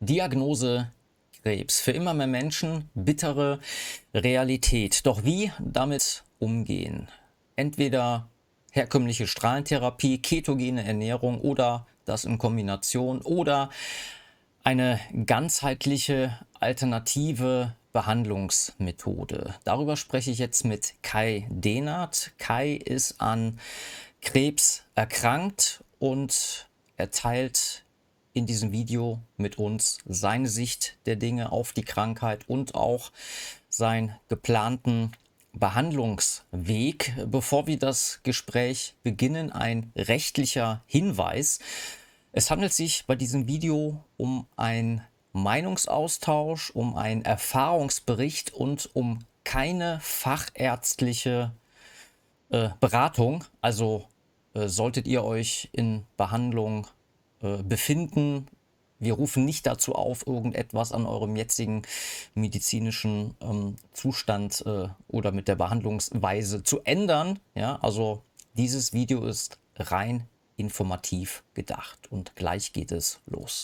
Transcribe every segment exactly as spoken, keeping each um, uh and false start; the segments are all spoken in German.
Diagnose Krebs. Für immer mehr Menschen bittere Realität. Doch wie damit umgehen? Entweder herkömmliche Strahlentherapie, ketogene Ernährung oder das in Kombination oder eine ganzheitliche alternative Behandlungsmethode. Darüber spreche ich jetzt mit Kai Dehnert. Kai ist an Krebs erkrankt und er teilt in diesem Video mit uns seine Sicht der Dinge auf die Krankheit und auch seinen geplanten Behandlungsweg. Bevor wir das Gespräch beginnen, ein rechtlicher Hinweis. Es handelt sich bei diesem Video um einen Meinungsaustausch, um einen Erfahrungsbericht und um keine fachärztliche äh, Beratung. Also äh, solltet ihr euch in Behandlung äh, befinden, wir rufen nicht dazu auf, irgendetwas an eurem jetzigen medizinischen ähm, Zustand äh, oder mit der Behandlungsweise zu ändern. Ja, also dieses Video ist rein informativ gedacht und gleich geht es los.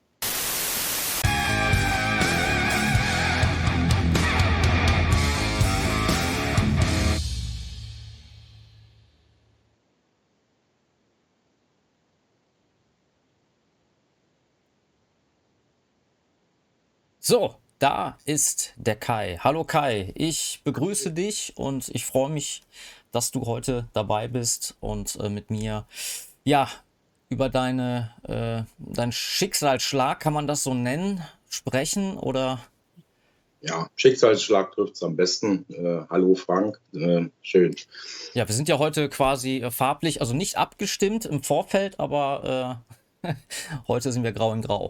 So, da ist der Kai. Hallo Kai, ich begrüße dich und ich freue mich, dass du heute dabei bist und äh, mit mir, ja, über deine, äh, deinen Schicksalsschlag, kann man das so nennen, sprechen oder? Ja, Schicksalsschlag trifft es am besten. Äh, hallo Frank, äh, schön. Ja, wir sind ja heute quasi äh, farblich, also nicht abgestimmt im Vorfeld, aber äh, heute sind wir grau in grau.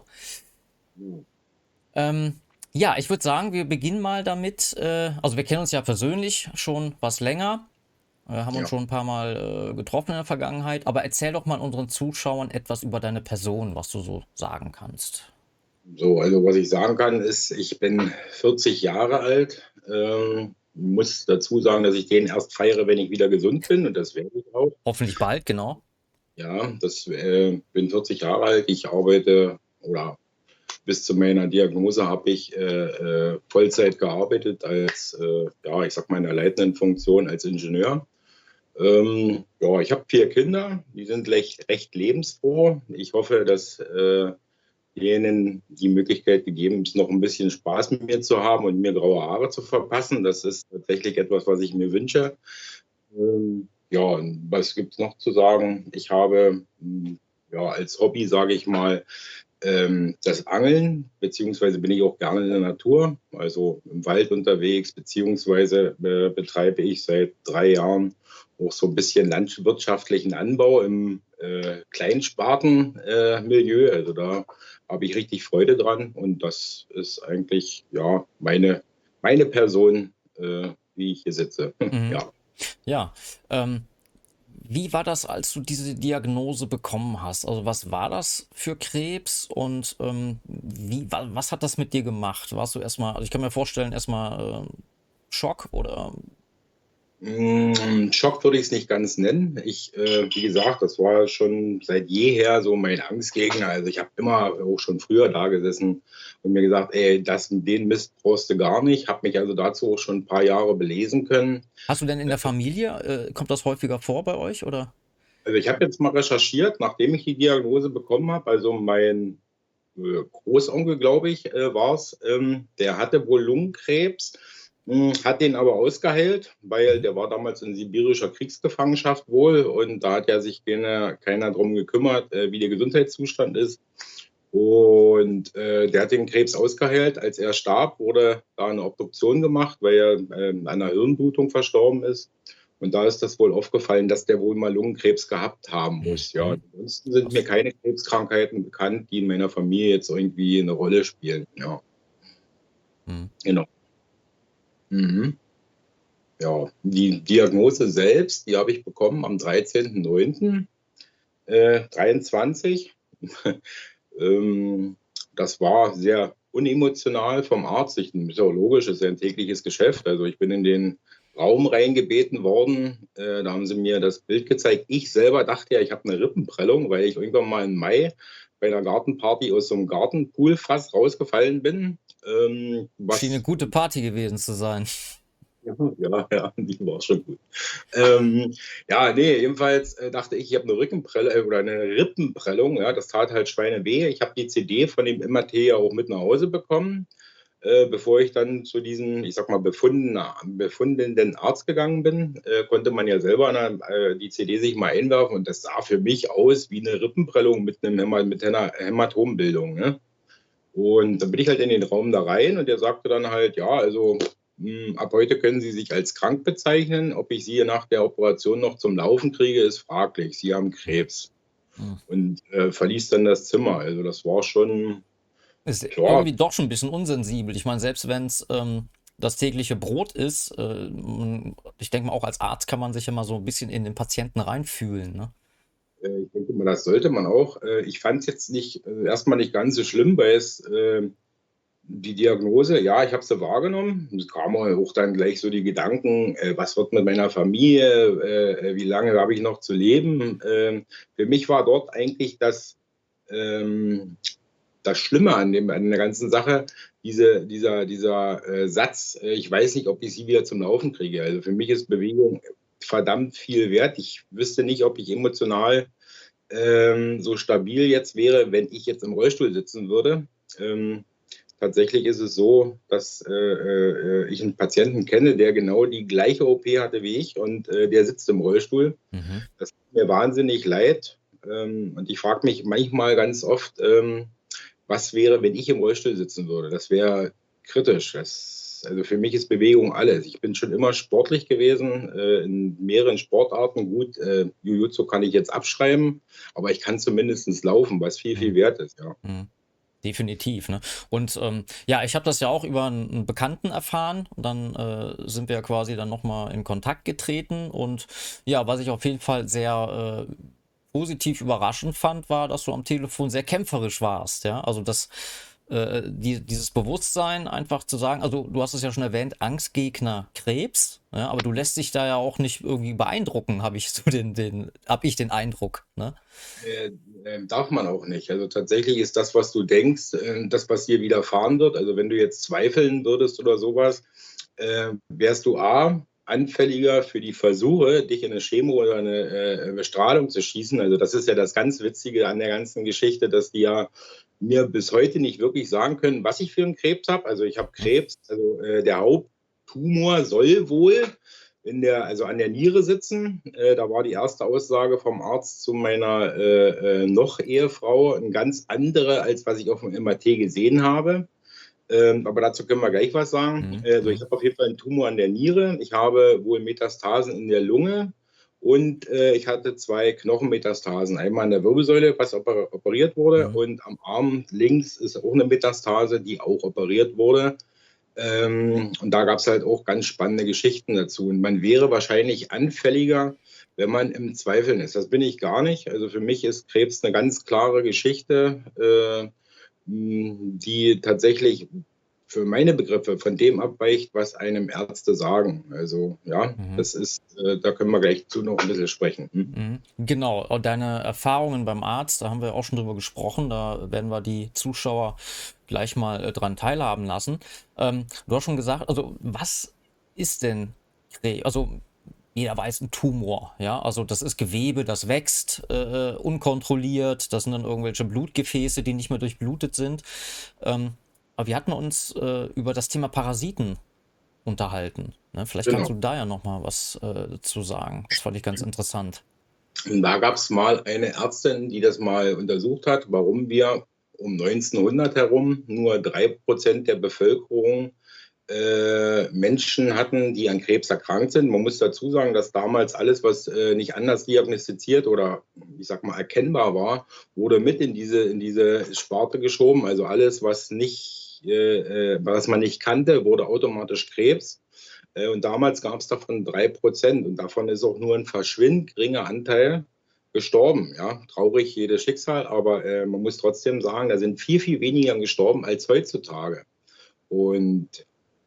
Ähm, ja, ich würde sagen, wir beginnen mal damit. Äh, also wir kennen uns ja persönlich schon was länger, äh, haben uns Ja, schon ein paar Mal äh, getroffen in der Vergangenheit, aber erzähl doch mal unseren Zuschauern etwas über deine Person, was du so sagen kannst. so, also was ich sagen kann, ist, ich bin vierzig Jahre alt. Ähm, muss dazu sagen, dass ich den erst feiere, wenn ich wieder gesund bin, und das werde ich auch. Hoffentlich bald, genau. Ja, das äh, bin vierzig Jahre alt. Ich arbeite oder bis zu meiner Diagnose habe ich äh, äh, Vollzeit gearbeitet als, äh, ja, ich sag mal in der leitenden Funktion als Ingenieur. Ähm, ja, ich habe vier Kinder, die sind recht, recht lebensfroh. Ich hoffe, dass äh, denen die Möglichkeit gegeben ist, noch ein bisschen Spaß mit mir zu haben und mir graue Haare zu verpassen. Das ist tatsächlich etwas, was ich mir wünsche. Ähm, ja, und was gibt es noch zu sagen? Ich habe mh, ja als Hobby, sage ich mal, ähm, das Angeln, beziehungsweise bin ich auch gerne in der Natur, also im Wald unterwegs, beziehungsweise äh, betreibe ich seit drei Jahren auch so ein bisschen landwirtschaftlichen Anbau im äh, Kleinspartenmilieu. Äh, also da habe ich richtig Freude dran, und das ist eigentlich ja meine, meine Person, äh, wie ich hier sitze. Mhm. Ja. Ja, ähm, wie war das, als du diese Diagnose bekommen hast? Also was war das für Krebs und ähm, wie, wa, was hat das mit dir gemacht? Warst du erstmal, also ich kann mir vorstellen, erstmal äh, Schock oder? Mm, Schock würde ich es nicht ganz nennen. Ich, äh, wie gesagt, das war schon seit jeher so mein Angstgegner. Also ich habe immer auch schon früher da gesessen und mir gesagt, ey, das, den Mist brauchst du gar nicht. Habe mich also dazu auch schon ein paar Jahre belesen können. Hast du denn in der Familie, äh, kommt das häufiger vor bei euch oder? Also ich habe jetzt mal recherchiert, nachdem ich die Diagnose bekommen habe. Also mein äh, Großonkel, glaube ich, äh, war es, ähm, der hatte wohl Lungenkrebs, mh, hat den aber ausgeheilt, weil Mhm. der war damals in sibirischer Kriegsgefangenschaft wohl, und da hat ja sich keiner, keiner drum gekümmert, äh, wie der Gesundheitszustand ist. Und äh, der hat den Krebs ausgeheilt. Als er starb, wurde da eine Obduktion gemacht, weil er äh, an einer Hirnblutung verstorben ist. Und da ist das wohl aufgefallen, dass der wohl mal Lungenkrebs gehabt haben muss. Ja, Mhm. ansonsten sind mir Krass. keine Krebskrankheiten bekannt, die in meiner Familie jetzt irgendwie eine Rolle spielen. Ja, Mhm. genau. Mhm. Ja, die Diagnose selbst, die habe ich bekommen am dreizehnten neunten dreiundzwanzig. ähm, Das war sehr unemotional vom Arzt. Ich, ist ja logisch, ist ja ein tägliches Geschäft. Also ich bin in den Raum reingebeten worden. Äh, da haben sie mir das Bild gezeigt. Ich selber dachte ja, ich habe eine Rippenprellung, weil ich irgendwann mal im Mai bei einer Gartenparty aus so einem Gartenpoolfass rausgefallen bin. Ähm, Schien eine was gute Party gewesen zu sein. Ja, ja, ja, die war schon gut. Ähm, ja, nee, jedenfalls äh, dachte ich, ich habe eine Rückenprelle äh, oder eine Rippenprellung. Ja, das tat halt Schweine weh. Ich habe die C D von dem M R T ja auch mit nach Hause bekommen, äh, bevor ich dann zu diesem, ich sag mal, befunden, befundenden Arzt gegangen bin. Äh, konnte man ja selber eine, äh, die C D sich mal einwerfen und das sah für mich aus wie eine Rippenprellung mit, einem, Häma- mit einer Hämatombildung. Ne? Und dann bin ich halt in den Raum da rein und der sagte dann halt, ja, also mh, ab heute können Sie sich als krank bezeichnen. Ob ich Sie nach der Operation noch zum Laufen kriege, ist fraglich. Sie haben Krebs. Hm. Und äh, verließ dann das Zimmer. Also das war schon, Ist ja, irgendwie doch schon ein bisschen unsensibel. Ich meine, selbst wenn es ähm, das tägliche Brot ist, äh, man- ich denke mal, auch als Arzt kann man sich immer so ein bisschen in den Patienten reinfühlen, ne? äh, ich denke mal, das sollte man auch. Äh, ich fand es jetzt nicht, äh, erstmal nicht ganz so schlimm, weil es äh, die Diagnose, ja, ich habe sie wahrgenommen. Es kamen auch dann gleich so die Gedanken, äh, was wird mit meiner Familie, äh, wie lange habe ich noch zu leben. Ähm, für mich war dort eigentlich das, ähm, das Schlimme an, dem, an der ganzen Sache, diese, dieser, dieser äh, Satz, äh, ich weiß nicht, ob ich sie wieder zum Laufen kriege. Also für mich ist Bewegung verdammt viel wert. Ich wüsste nicht, ob ich emotional ähm, so stabil jetzt wäre, wenn ich jetzt im Rollstuhl sitzen würde. Ähm, Tatsächlich ist es so, dass äh, äh, ich einen Patienten kenne, der genau die gleiche O P hatte wie ich und äh, der sitzt im Rollstuhl. Mhm. Das tut mir wahnsinnig leid. Ähm, und ich frage mich manchmal ganz oft, ähm, was wäre, wenn ich im Rollstuhl sitzen würde? Das wäre kritisch. Das, also für mich ist Bewegung alles. Ich bin schon immer sportlich gewesen, äh, in mehreren Sportarten. Gut, äh, Jiu-Jitsu kann ich jetzt abschreiben, aber ich kann zumindest laufen, was viel, viel Mhm. wert ist. Ja. Mhm. Definitiv, ne? Und ähm, ja, ich habe das ja auch über einen, einen Bekannten erfahren. Und dann äh, sind wir quasi dann nochmal in Kontakt getreten. Und ja, was ich auf jeden Fall sehr äh, positiv überraschend fand, war, dass du am Telefon sehr kämpferisch warst. Ja, also das, äh, die, dieses Bewusstsein einfach zu sagen, also du hast es ja schon erwähnt, Angstgegner Krebs, ja, aber du lässt dich da ja auch nicht irgendwie beeindrucken, habe ich so den, den, habe ich den Eindruck, ne? Äh, äh, darf man auch nicht. Also tatsächlich ist das, was du denkst, äh, das, was dir widerfahren wird. Also wenn du jetzt zweifeln würdest oder sowas, äh, wärst du A, anfälliger für die Versuche, dich in eine Chemo oder eine äh, Bestrahlung zu schießen. Also das ist ja das ganz Witzige an der ganzen Geschichte, dass die ja mir bis heute nicht wirklich sagen können, was ich für einen Krebs habe. Also ich habe Mhm. Krebs, also äh, der Haupttumor soll wohl in der, also an der Niere sitzen. Äh, da war die erste Aussage vom Arzt zu meiner äh, äh, noch Ehefrau eine ganz andere, als was ich auf dem M R T gesehen habe. Ähm, aber dazu können wir gleich was sagen. Mhm. Also ich Mhm. habe auf jeden Fall einen Tumor an der Niere. Ich habe wohl Metastasen in der Lunge. Und äh, ich hatte zwei Knochenmetastasen. Einmal an der Wirbelsäule, was oper operiert wurde. Mhm. Und am Arm links ist auch eine Metastase, die auch operiert wurde. Ähm, und da gab es halt auch ganz spannende Geschichten dazu. Und man wäre wahrscheinlich anfälliger, wenn man im Zweifeln ist. Das bin ich gar nicht. Also für mich ist Krebs eine ganz klare Geschichte, äh, die tatsächlich für meine Begriffe von dem abweicht, was einem Ärzte sagen. Also ja, Mhm. das ist, äh, da können wir gleich zu noch ein bisschen sprechen. Hm? Mhm. Genau, und deine Erfahrungen beim Arzt, da haben wir auch schon drüber gesprochen, da werden wir die Zuschauer gleich mal äh, dran teilhaben lassen. Ähm, du hast schon gesagt, also was ist denn Krebs? Also jeder weiß, ein Tumor, ja, also das ist Gewebe, das wächst äh, unkontrolliert, das sind dann irgendwelche Blutgefäße, die nicht mehr durchblutet sind. Ähm, aber wir hatten uns äh, über das Thema Parasiten unterhalten. Ne? Vielleicht kannst Genau. du da ja noch mal was äh, zu sagen. Das fand ich ganz interessant. Und da gab es mal eine Ärztin, die das mal untersucht hat, warum wir um neunzehnhundert herum nur drei Prozent der Bevölkerung äh, Menschen hatten, die an Krebs erkrankt sind. Man muss dazu sagen, dass damals alles, was äh, nicht anders diagnostiziert oder ich sag mal erkennbar war, wurde mit in diese, in diese Sparte geschoben. Also alles, was nicht, äh, äh, was man nicht kannte, wurde automatisch Krebs. Äh, und damals gab es davon drei Prozent und davon ist auch nur ein verschwindend geringer Anteil gestorben. Ja, traurig jedes Schicksal, aber äh, man muss trotzdem sagen, da sind viel, viel weniger gestorben als heutzutage. Und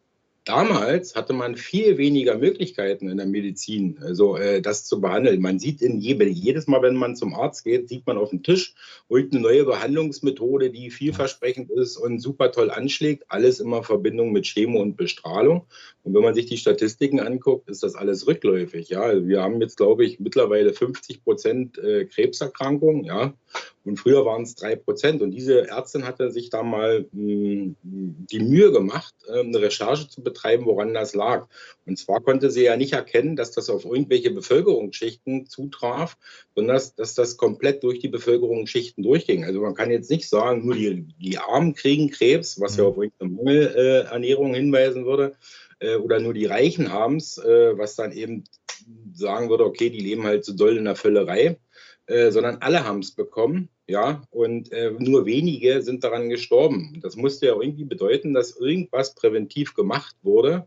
damals hatte man viel weniger Möglichkeiten in der Medizin, also äh, das zu behandeln. Man sieht in jedem, jedes Mal, wenn man zum Arzt geht, sieht man auf dem Tisch irgendeine neue Behandlungsmethode, die vielversprechend ist und super toll anschlägt. Alles immer in Verbindung mit Chemo und Bestrahlung. Und wenn man sich die Statistiken anguckt, ist das alles rückläufig. Ja, also wir haben jetzt, glaube ich, mittlerweile fünfzig Prozent äh, Krebserkrankungen. Ja, und früher waren es drei Prozent. Und diese Ärztin hatte sich da mal mh, die Mühe gemacht, äh, eine Recherche zu betreiben, woran das lag. Und zwar konnte sie ja nicht erkennen, dass das auf irgendwelche Bevölkerungsschichten zutraf, sondern dass, dass das komplett durch die Bevölkerungsschichten durchging. Also man kann jetzt nicht sagen, nur die, die Armen kriegen Krebs, was ja auf irgendeine Mangelernährung hinweisen würde, äh, oder nur die Reichen haben es, äh, was dann eben sagen würde, okay, die leben halt so doll in der Völlerei. Äh, sondern alle haben es bekommen, ja, und äh, nur wenige sind daran gestorben. Das musste ja irgendwie bedeuten, dass irgendwas präventiv gemacht wurde,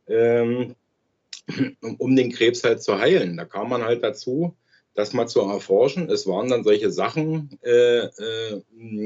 ähm, um, um den Krebs halt zu heilen. Da kam man halt dazu, das mal zu erforschen. Es waren dann solche Sachen äh, äh,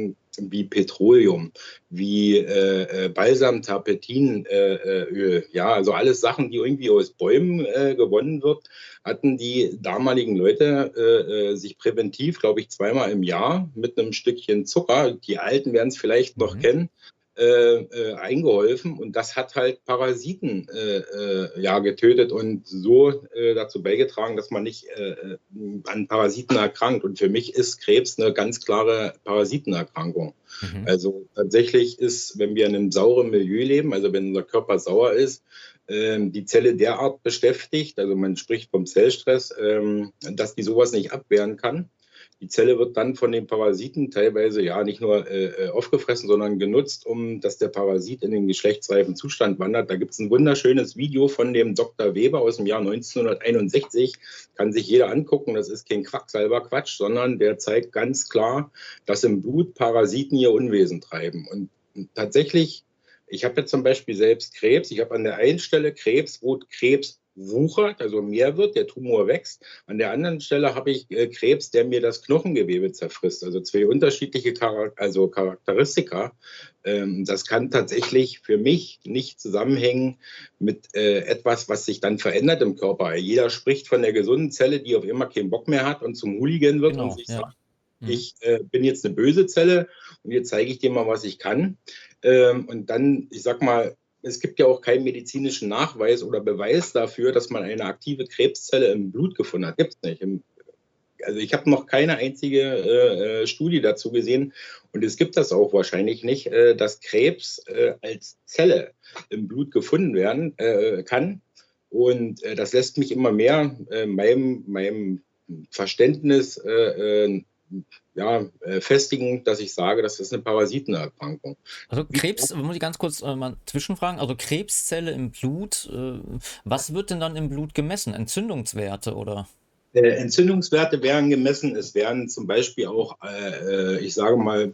wie Petroleum, wie äh, Balsam, Terpentinöl, äh, ja, also alles Sachen, die irgendwie aus Bäumen äh, gewonnen wird, hatten die damaligen Leute äh, sich präventiv, glaube ich, zweimal im Jahr mit einem Stückchen Zucker, die Alten werden es vielleicht noch Mhm. kennen, Äh, äh, eingeholfen, und das hat halt Parasiten äh, äh, ja, getötet und so äh, dazu beigetragen, dass man nicht äh, an Parasiten erkrankt. Und für mich ist Krebs eine ganz klare Parasitenerkrankung. Mhm. Also tatsächlich ist, wenn wir in einem sauren Milieu leben, also wenn unser Körper sauer ist, ähm, die Zelle derart beschäftigt, also man spricht vom Zellstress, ähm, dass die sowas nicht abwehren kann. Die Zelle wird dann von den Parasiten teilweise ja nicht nur äh, aufgefressen, sondern genutzt, um dass der Parasit in den geschlechtsreifen Zustand wandert. Da gibt es ein wunderschönes Video von dem Doktor Weber aus dem Jahr neunzehnhunderteinundsechzig. Kann sich jeder angucken. Das ist kein Quacksalber-Quatsch, sondern der zeigt ganz klar, dass im Blut Parasiten ihr Unwesen treiben. Und tatsächlich, ich habe jetzt zum Beispiel selbst Krebs. Ich habe an der einen Stelle Krebs, wo Krebs wuchert, also mehr wird, der Tumor wächst. An der anderen Stelle habe ich äh, Krebs, der mir das Knochengewebe zerfrisst. Also zwei unterschiedliche Charak also Charakteristika. Ähm, das kann tatsächlich für mich nicht zusammenhängen mit äh, etwas, was sich dann verändert im Körper. Jeder spricht von der gesunden Zelle, die auf immer keinen Bock mehr hat und zum Hooligan wird und Genau, sich ja. sagt, Mhm. ich äh, bin jetzt eine böse Zelle und jetzt zeige ich dir mal, was ich kann. Ähm, und dann, ich sag mal, es gibt ja auch keinen medizinischen Nachweis oder Beweis dafür, dass man eine aktive Krebszelle im Blut gefunden hat. Gibt es nicht. Im, also ich habe noch keine einzige äh, Studie dazu gesehen, und es gibt das auch wahrscheinlich nicht, äh, dass Krebs äh, als Zelle im Blut gefunden werden äh, kann. Und äh, das lässt mich immer mehr äh, meinem, meinem Verständnis äh, äh, ja, äh, festigen, dass ich sage, das ist eine Parasitenerkrankung. Also Krebs, muss ich ganz kurz äh, mal zwischenfragen, also Krebszelle im Blut, äh, was wird denn dann im Blut gemessen? Entzündungswerte oder? Äh, Entzündungswerte werden gemessen. Es werden zum Beispiel auch, äh, ich sage mal,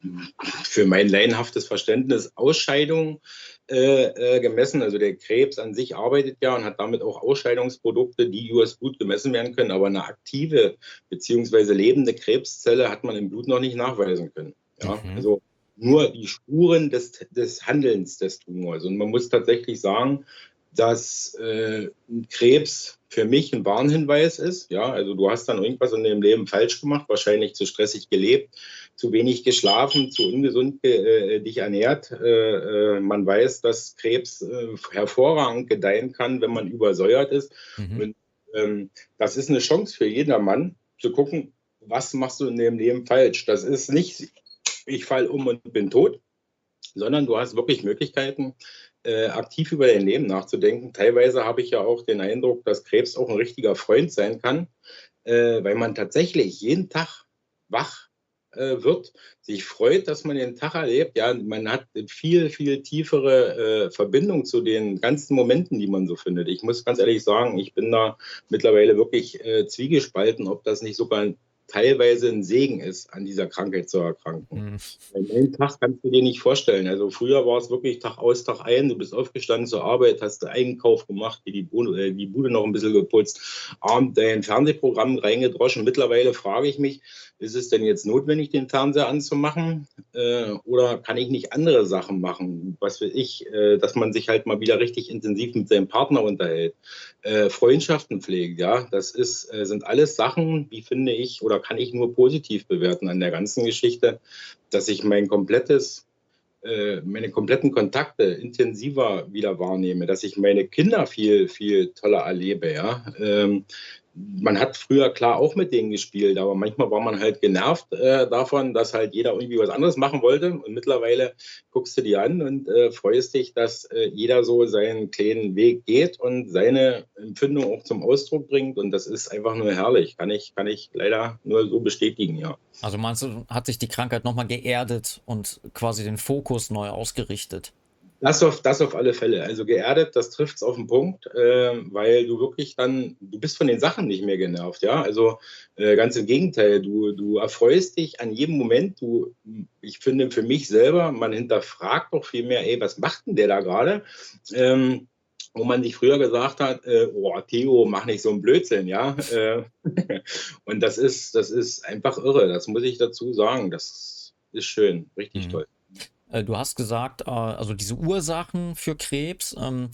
für mein laienhaftes Verständnis Ausscheidungen äh, gemessen. Also der Krebs an sich arbeitet ja und hat damit auch Ausscheidungsprodukte, die übers Blut gemessen werden können. Aber eine aktive bzw. lebende Krebszelle hat man im Blut noch nicht nachweisen können. Ja? Mhm. Also nur die Spuren des, des Handelns des Tumors. Und man muss tatsächlich sagen, dass äh, Krebs für mich ein Warnhinweis ist. Ja, also du hast dann irgendwas in deinem Leben falsch gemacht, wahrscheinlich zu stressig gelebt, zu wenig geschlafen, zu ungesund äh, dich ernährt. Äh, äh, man weiß, dass Krebs äh, hervorragend gedeihen kann, wenn man übersäuert ist. Mhm. Und ähm, das ist eine Chance für jedermann, zu gucken, was machst du in dem Leben falsch. Das ist nicht, ich falle um und bin tot, sondern du hast wirklich Möglichkeiten, äh, aktiv über dein Leben nachzudenken. Teilweise habe ich ja auch den Eindruck, dass Krebs auch ein richtiger Freund sein kann, äh, weil man tatsächlich jeden Tag wach äh, wird, sich freut, dass man den Tag erlebt. Ja, man hat viel, viel tiefere äh, Verbindung zu den ganzen Momenten, die man so findet. Ich muss ganz ehrlich sagen, ich bin da mittlerweile wirklich äh, zwiegespalten, ob das nicht sogar teilweise ein Segen ist, an dieser Krankheit zu erkranken. Mhm. Einen Tag kannst du dir nicht vorstellen. Also früher war es wirklich Tag aus, Tag ein. Du bist aufgestanden zur Arbeit, hast du Einkauf gemacht, dir die Bude, äh, die Bude noch ein bisschen geputzt, abends dein Fernsehprogramm reingedroschen. Mittlerweile frage ich mich, ist es denn jetzt notwendig, den Fernseher anzumachen? Äh, oder kann ich nicht andere Sachen machen? Was will ich, äh, dass man sich halt mal wieder richtig intensiv mit seinem Partner unterhält, äh, Freundschaften pflegt, ja. Das ist, äh, sind alles Sachen, die finde ich oder kann ich nur positiv bewerten an der ganzen Geschichte, dass ich mein komplettes, äh, meine kompletten Kontakte intensiver wieder wahrnehme, dass ich meine Kinder viel, viel toller erlebe, ja. Ähm, man hat früher klar auch mit denen gespielt, aber manchmal war man halt genervt äh, davon, dass halt jeder irgendwie was anderes machen wollte. Und mittlerweile guckst du die an und äh, freust dich, dass äh, jeder so seinen kleinen Weg geht und seine Empfindung auch zum Ausdruck bringt. Und das ist einfach nur herrlich. Kann ich, kann ich leider nur so bestätigen, ja. Also meinst du, hat sich die Krankheit nochmal geerdet und quasi den Fokus neu ausgerichtet? Das auf, das auf alle Fälle. Also geerdet, das trifft es auf den Punkt, äh, weil du wirklich dann, du bist von den Sachen nicht mehr genervt, ja. Also äh, ganz im Gegenteil, du, du erfreust dich an jedem Moment. Du, ich finde für mich selber, man hinterfragt doch viel mehr, ey, was macht denn der da gerade? Ähm, wo man sich früher gesagt hat, äh, oh, Theo, mach nicht so einen Blödsinn, ja. Äh, und das ist, das ist einfach irre, das muss ich dazu sagen. Das ist schön, richtig Mhm. toll. Äh, Du hast gesagt, äh, also diese Ursachen für Krebs, ähm,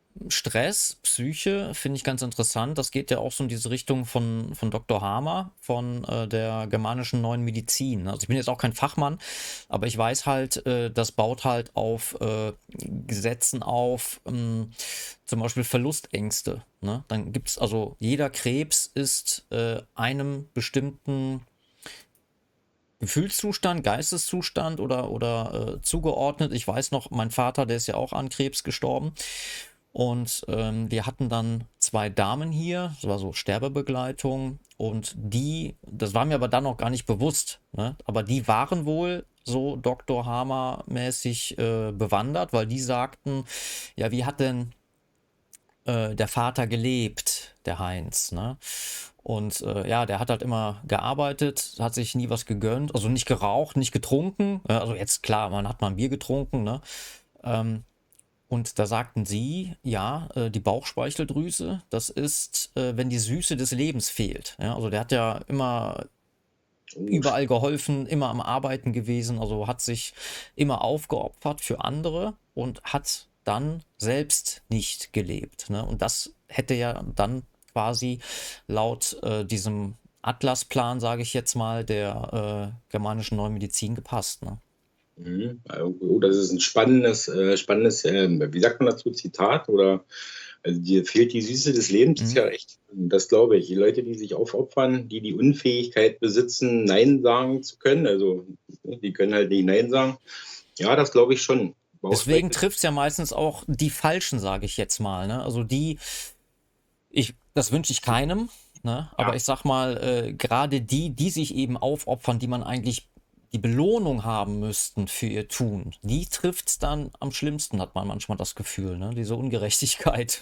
Stress, Psyche, finde ich ganz interessant. Das geht ja auch so in diese Richtung von, von Doktor Hamer, von äh, der germanischen neuen Medizin. Also ich bin jetzt auch kein Fachmann, aber ich weiß halt, äh, das baut halt auf äh, Gesetzen auf, ähm, zum Beispiel Verlustängste. Ne? Dann gibt es also, jeder Krebs ist äh, einem bestimmten Gefühlszustand, Geisteszustand oder, oder äh, zugeordnet. Ich weiß noch, mein Vater, der ist ja auch an Krebs gestorben. Und ähm, wir hatten dann zwei Damen hier, das war so Sterbebegleitung. Und die, das war mir aber dann noch gar nicht bewusst, ne? Aber die waren wohl so Doktor Hamer-mäßig äh, bewandert, weil die sagten, ja, wie hat denn äh, der Vater gelebt, der Heinz, ne? Und äh, ja, der hat halt immer gearbeitet, hat sich nie was gegönnt, also nicht geraucht, nicht getrunken. Ja, also jetzt klar, man hat mal ein Bier getrunken, ne? Ähm, und da sagten sie, ja, äh, die Bauchspeicheldrüse, das ist, äh, wenn die Süße des Lebens fehlt. Ja, also der hat ja immer Oh, überall geholfen, immer am Arbeiten gewesen, also hat sich immer aufgeopfert für andere und hat dann selbst nicht gelebt. Ne? Und das hätte ja dann quasi laut äh, diesem Atlasplan, sage ich jetzt mal, der äh, germanischen neuen Medizin gepasst. Ne? mhm. Oh, das ist ein spannendes, äh, spannendes, äh, wie sagt man dazu, Zitat oder also dir fehlt die Süße des Lebens, ist Mhm. ja echt, das glaube ich. Die Leute, die sich aufopfern, die die Unfähigkeit besitzen, Nein sagen zu können, also die können halt nicht Nein sagen. Ja, das glaube ich schon. Deswegen Bauchspeichel. trifft es ja meistens auch die Falschen, sage ich jetzt mal. Ne? Also die, ich, das wünsche ich keinem, ne? Aber Ja, ich sag mal, äh, gerade die, die sich eben aufopfern, die man eigentlich die Belohnung haben müssten für ihr Tun, die trifft es dann am schlimmsten, hat man manchmal das Gefühl, ne? Diese Ungerechtigkeit.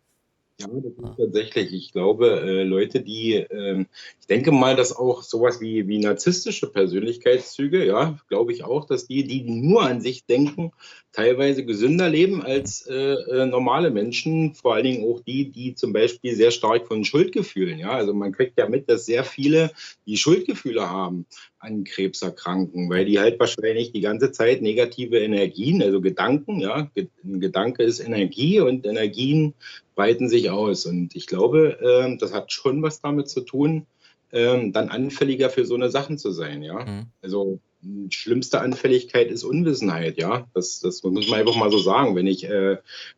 ja, das ist Ja. tatsächlich. Ich glaube, äh, Leute, die, ähm, ich denke mal, dass auch sowas wie, wie narzisstische Persönlichkeitszüge, ja, glaube ich auch, dass die, die nur an sich denken, teilweise gesünder leben als äh, äh, normale Menschen, vor allen Dingen auch die, die zum Beispiel sehr stark von Schuldgefühlen, ja, also man kriegt ja mit, dass sehr viele, die Schuldgefühle haben an Krebserkrankungen, weil die halt wahrscheinlich die ganze Zeit negative Energien, also Gedanken, ja, ein Gedanke ist Energie und Energien breiten sich aus. Und ich glaube, äh, das hat schon was damit zu tun, äh, dann anfälliger für so eine Sachen zu sein, ja. Mhm. Also schlimmste Anfälligkeit ist Unwissenheit, ja. Das, das muss man einfach mal so sagen. Wenn ich äh,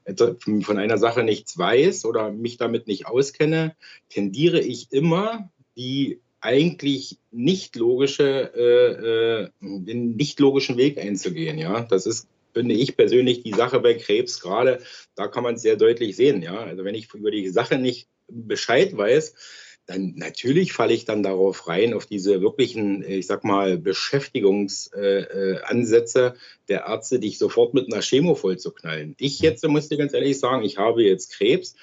von einer Sache nichts weiß oder mich damit nicht auskenne, tendiere ich immer, die eigentlich nicht logische, äh, äh, den nicht logischen Weg einzugehen, ja. Das ist, finde ich persönlich, die Sache bei Krebs gerade, da kann man es sehr deutlich sehen, ja. Also wenn ich über die Sache nicht Bescheid weiß, dann natürlich falle ich dann darauf rein, auf diese wirklichen, ich sag mal, Beschäftigungsansätze äh, äh, der Ärzte, dich sofort mit einer Chemo vollzuknallen. Ich jetzt muss dir ganz ehrlich sagen, ich habe jetzt Krebs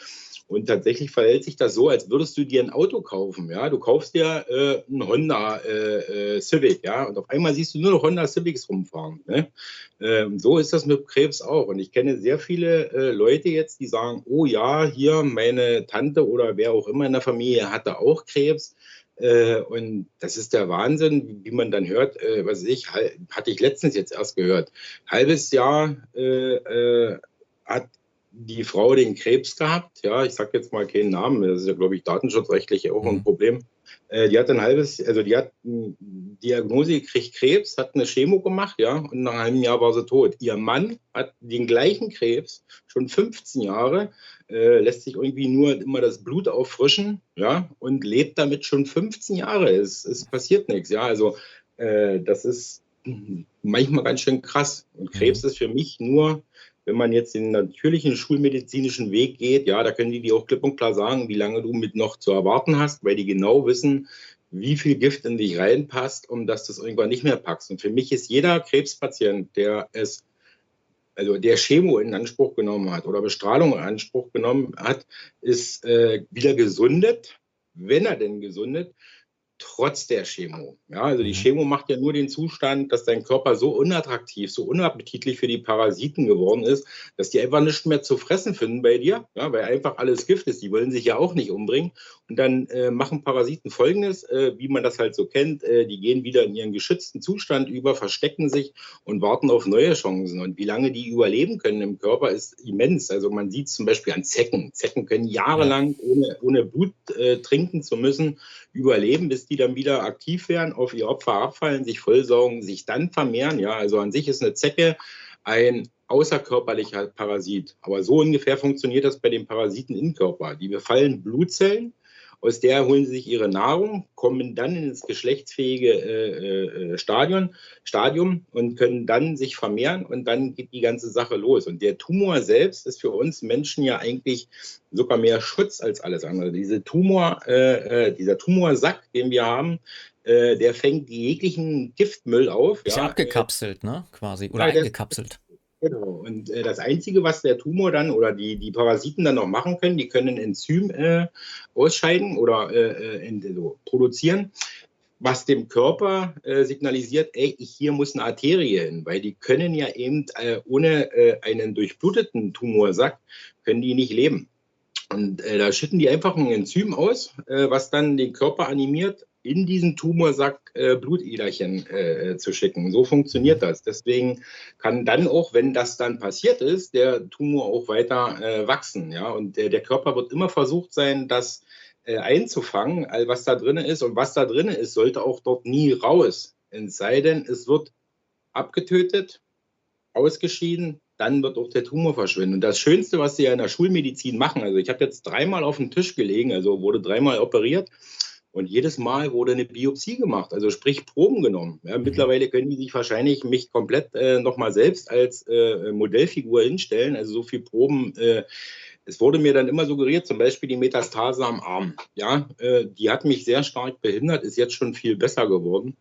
Und tatsächlich verhält sich das so, als würdest du dir ein Auto kaufen. Ja? Du kaufst dir äh, einen Honda äh, äh, Civic, ja, und auf einmal siehst du nur noch Honda Civics rumfahren. Ne? Ähm, so ist das mit Krebs auch. Und ich kenne sehr viele äh, Leute jetzt, die sagen, oh ja, hier meine Tante oder wer auch immer in der Familie hatte auch Krebs. Äh, und das ist der Wahnsinn, wie man dann hört, äh, was weiß ich, hatte ich letztens jetzt erst gehört. Halbes Jahr äh, äh, hat die Frau den Krebs gehabt. Ja, ich sage jetzt mal keinen Namen, das ist ja, glaube ich, datenschutzrechtlich auch ein Mhm. Problem. Äh, die hat ein halbes, also die hat eine Diagnose gekriegt, Krebs, hat eine Chemo gemacht, ja, und nach einem halben Jahr war sie tot. Ihr Mann hat den gleichen Krebs, schon fünfzehn Jahre, äh, lässt sich irgendwie nur immer das Blut auffrischen, ja, und lebt damit schon fünfzehn Jahre. Es, es passiert nichts, ja, also äh, das ist manchmal ganz schön krass. Und Krebs Mhm. ist für mich nur, wenn man jetzt den natürlichen schulmedizinischen Weg geht, ja, da können die dir auch klipp und klar sagen, wie lange du mit noch zu erwarten hast, weil die genau wissen, wie viel Gift in dich reinpasst, um dass das irgendwann nicht mehr packst. Und für mich ist jeder Krebspatient, der es, also der Chemo in Anspruch genommen hat oder Bestrahlung in Anspruch genommen hat, ist äh, wieder gesundet, wenn er denn gesundet, trotz der Chemo. Ja, also die Mhm. Chemo macht ja nur den Zustand, dass dein Körper so unattraktiv, so unappetitlich für die Parasiten geworden ist, dass die einfach nichts mehr zu fressen finden bei dir, ja, weil einfach alles Gift ist. Die wollen sich ja auch nicht umbringen. Und dann äh, machen Parasiten Folgendes, äh, wie man das halt so kennt, äh, die gehen wieder in ihren geschützten Zustand über, verstecken sich und warten auf neue Chancen. Und wie lange die überleben können im Körper, ist immens. Also man sieht es zum Beispiel an Zecken. Zecken können Ja. jahrelang, ohne, ohne Blut äh, trinken zu müssen, überleben, bis die dann wieder aktiv werden, auf ihr Opfer abfallen, sich vollsaugen, sich dann vermehren. Ja, also an sich ist eine Zecke ein außerkörperlicher Parasit. Aber so ungefähr funktioniert das bei den Parasiten im Körper. Die befallen Blutzellen, aus der holen sie sich ihre Nahrung, kommen dann ins geschlechtsfähige äh, äh, Stadion, Stadium und können dann sich vermehren und dann geht die ganze Sache los. Und der Tumor selbst ist für uns Menschen ja eigentlich sogar mehr Schutz als alles andere. Diese Tumor, äh, äh, dieser Tumorsack, den wir haben, äh, der fängt jeglichen Giftmüll auf. Ist ja Ja, äh, abgekapselt, ne? Quasi. Oder ja, das, eingekapselt. genau. Und äh, das Einzige, was der Tumor dann oder die, die Parasiten dann noch machen können, die können ein Enzym äh, ausscheiden oder äh, in, so produzieren, was dem Körper äh, signalisiert, ey, ich, hier muss eine Arterie hin, weil die können ja eben äh, ohne äh, einen durchbluteten Tumorsack, können die nicht leben. Und äh, da schütten die einfach ein Enzym aus, äh, was dann den Körper animiert, in diesen Tumorsack äh, Blutäderchen äh, zu schicken. So funktioniert Mhm. das. Deswegen kann dann auch, wenn das dann passiert ist, der Tumor auch weiter äh, wachsen. Ja? Und der, der Körper wird immer versucht sein, das äh, einzufangen, all was da drin ist. Und was da drin ist, sollte auch dort nie raus. Es sei denn, es wird abgetötet, ausgeschieden, dann wird auch der Tumor verschwinden. Und das Schönste, was sie ja in der Schulmedizin machen, also ich habe jetzt dreimal auf dem Tisch gelegen, also wurde dreimal operiert und jedes Mal wurde eine Biopsie gemacht, also sprich Proben genommen. Ja, Mhm. mittlerweile können die sich wahrscheinlich mich komplett äh, nochmal selbst als äh, Modellfigur hinstellen, also so viel Proben. Äh, es wurde mir dann immer suggeriert, zum Beispiel die Metastase am Arm. Ja, äh, die hat mich sehr stark behindert, ist jetzt schon viel besser geworden.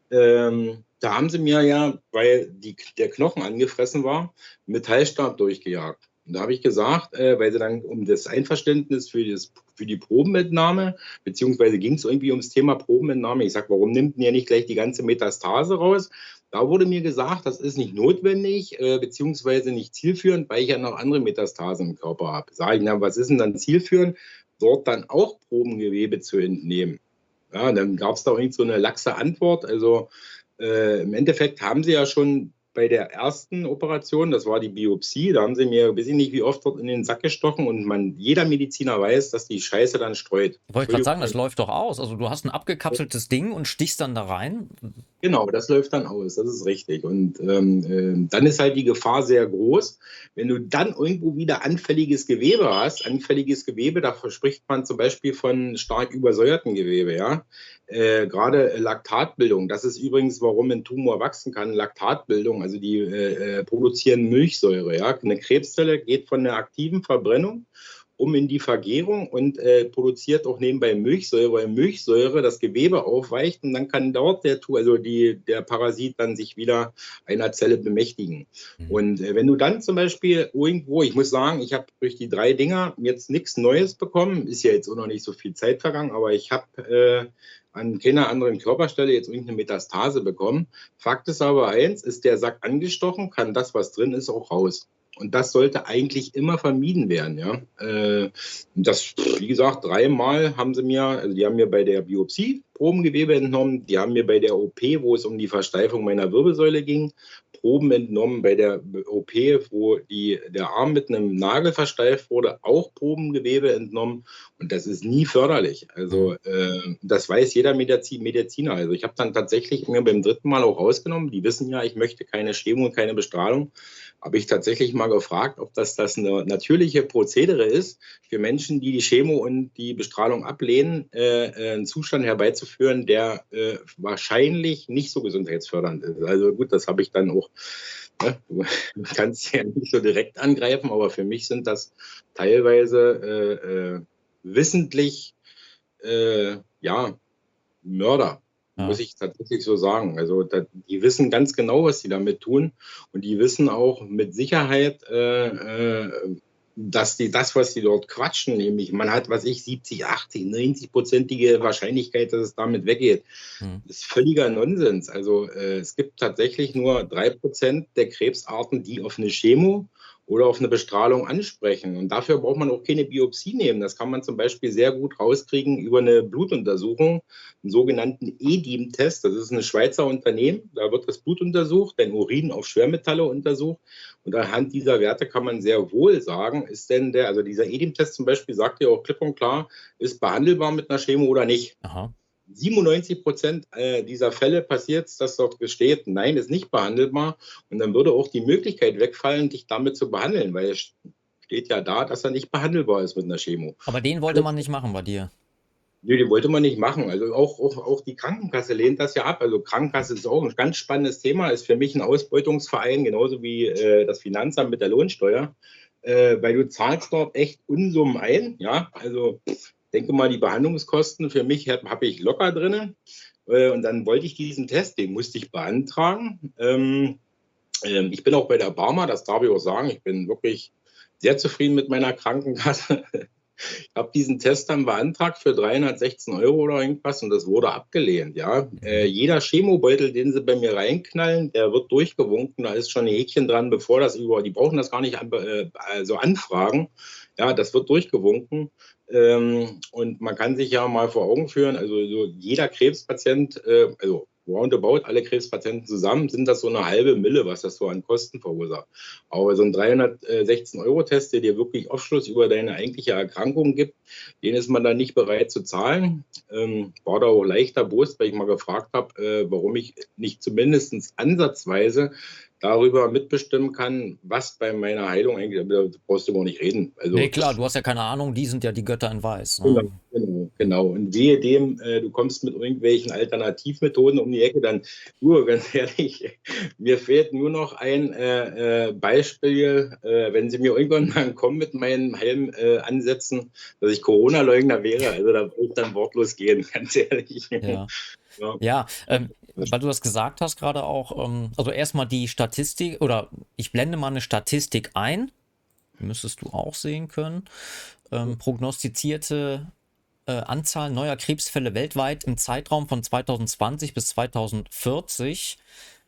Ähm, da haben sie mir ja, weil die, der Knochen angefressen war, Metallstab durchgejagt. Und da habe ich gesagt, äh, weil sie dann um das Einverständnis für, das, für die Probenentnahme, beziehungsweise ging es irgendwie ums Thema Probenentnahme. Ich sage, warum nimmt ihr nicht gleich die ganze Metastase raus? Da wurde mir gesagt, das ist nicht notwendig, äh, beziehungsweise nicht zielführend, weil ich ja noch andere Metastasen im Körper habe. Sage ich, na, was ist denn dann zielführend? Dort dann auch Probengewebe zu entnehmen. Ja, dann gab es da irgend so eine laxe Antwort. Also äh, im Endeffekt haben sie ja schon bei der ersten Operation, das war die Biopsie, da haben sie mir, weiß ich nicht, wie oft dort in den Sack gestochen und man, jeder Mediziner weiß, dass die Scheiße dann streut. Ich wollte gerade Entschuldigung. sagen, das läuft doch aus. Also du hast ein abgekapseltes Ding und stichst dann da rein. Genau, das läuft dann aus, das ist richtig. Und ähm, äh, dann ist halt die Gefahr sehr groß, wenn du dann irgendwo wieder anfälliges Gewebe hast. Anfälliges Gewebe, da spricht man zum Beispiel von stark übersäuerten Gewebe, ja. Äh, gerade Laktatbildung, das ist übrigens, warum ein Tumor wachsen kann. Laktatbildung, also die äh, äh, produzieren Milchsäure, ja. Eine Krebszelle geht von der aktiven Verbrennung um in die Vergärung und äh, produziert auch nebenbei Milchsäure, weil Milchsäure das Gewebe aufweicht und dann kann dort der, also die, der Parasit dann sich wieder einer Zelle bemächtigen. Mhm. Und äh, wenn du dann zum Beispiel irgendwo, ich muss sagen, ich habe durch die drei Dinger jetzt nichts Neues bekommen, ist ja jetzt auch noch nicht so viel Zeit vergangen, aber ich habe äh, an keiner anderen Körperstelle jetzt irgendeine Metastase bekommen. Fakt ist aber eins, ist der Sack angestochen, kann das, was drin ist, auch raus. Und das sollte eigentlich immer vermieden werden. Ja? Äh, das, wie gesagt, dreimal haben sie mir, also die haben mir bei der Biopsie Probengewebe entnommen, die haben mir bei der O P, wo es um die Versteifung meiner Wirbelsäule ging, Proben entnommen, bei der O P, wo die, der Arm mit einem Nagel versteift wurde, auch Probengewebe entnommen. Und das ist nie förderlich. Also äh, das weiß jeder Medizin, Mediziner. Also ich habe dann tatsächlich mir beim dritten Mal auch rausgenommen, die wissen ja, ich möchte keine Chemo und keine Bestrahlung, habe ich tatsächlich mal gefragt, ob das, das eine natürliche Prozedere ist, für Menschen, die die Chemo und die Bestrahlung ablehnen, äh, einen Zustand herbeizuführen, der äh, wahrscheinlich nicht so gesundheitsfördernd ist. Also gut, das habe ich dann auch, ne, du kannst ja nicht so direkt angreifen, aber für mich sind das teilweise äh, äh, wissentlich, äh, ja, Mörder. Ja. Muss ich tatsächlich so sagen. Also da, die wissen ganz genau, was sie damit tun. Und die wissen auch mit Sicherheit, äh, äh, dass die das, was die dort quatschen, nämlich man hat, was ich, siebzig, achtzig, neunzig-prozentige Wahrscheinlichkeit, dass es damit weggeht. Hm. Das ist völliger Nonsens. Also äh, es gibt tatsächlich nur drei Prozent der Krebsarten, die auf eine Chemo oder auf eine Bestrahlung ansprechen. Und dafür braucht man auch keine Biopsie nehmen. Das kann man zum Beispiel sehr gut rauskriegen über eine Blutuntersuchung, einen sogenannten E D I M-Test. Das ist ein Schweizer Unternehmen. Da wird das Blut untersucht, dein Urin auf Schwermetalle untersucht. Und anhand dieser Werte kann man sehr wohl sagen, ist denn der, also dieser E D I M-Test zum Beispiel sagt ja auch klipp und klar, ist behandelbar mit einer Chemo oder nicht. Aha. siebenundneunzig Prozent dieser Fälle passiert es, dass dort steht, nein, ist nicht behandelbar. Und dann würde auch die Möglichkeit wegfallen, dich damit zu behandeln, weil es steht ja da, dass er nicht behandelbar ist mit einer Chemo. Aber den wollte man nicht machen bei dir. Nee, den wollte man nicht machen. Also auch, auch, auch die Krankenkasse lehnt das ja ab. Also Krankenkasse ist auch ein ganz spannendes Thema, ist für mich ein Ausbeutungsverein, genauso wie äh, das Finanzamt mit der Lohnsteuer, äh, weil du zahlst dort echt Unsummen ein. Ja, also denke mal, die Behandlungskosten für mich habe hab ich locker drin. Äh, und dann wollte ich diesen Test, den musste ich beantragen. Ähm, ähm, ich bin auch bei der Barmer, das darf ich auch sagen. Ich bin wirklich sehr zufrieden mit meiner Krankenkasse. Ich habe diesen Test dann beantragt für dreihundertsechzehn Euro oder irgendwas und das wurde abgelehnt. Ja, äh, jeder Chemobeutel, den sie bei mir reinknallen, der wird durchgewunken. Da ist schon ein Häkchen dran, bevor das über, die brauchen das gar nicht an, äh, also anfragen. Ja, das wird durchgewunken. Ähm, und man kann sich ja mal vor Augen führen, also so jeder Krebspatient, äh, also roundabout alle Krebspatienten zusammen, sind das so eine halbe Mille, was das so an Kosten verursacht. Aber so ein dreihundertsechzehn Euro Test, der dir wirklich Aufschluss über deine eigentliche Erkrankung gibt, den ist man dann nicht bereit zu zahlen. Ähm, war da auch leichter Brust, weil ich mal gefragt habe, äh, warum ich nicht zumindest ansatzweise darüber mitbestimmen kann, was bei meiner Heilung eigentlich, da brauchst du gar nicht reden. Also, Nee, klar, du hast ja keine Ahnung, die sind ja die Götter in Weiß. Genau, Ne? genau, genau. Und wehe dem, äh, du kommst mit irgendwelchen Alternativmethoden um die Ecke, dann, du, ganz ehrlich, mir fehlt nur noch ein äh, äh, Beispiel, äh, wenn sie mir irgendwann mal kommen mit meinen Helm äh, ansetzen, dass ich Corona-Leugner wäre, also da würde ich dann wortlos gehen, ganz ehrlich. Ja. Ja. Ja, ähm, weil du das gesagt hast gerade auch, ähm, also erstmal die Statistik, oder ich blende mal eine Statistik ein, müsstest du auch sehen können, ähm, prognostizierte äh, Anzahl neuer Krebsfälle weltweit im Zeitraum von zweitausendzwanzig bis zweitausendvierzig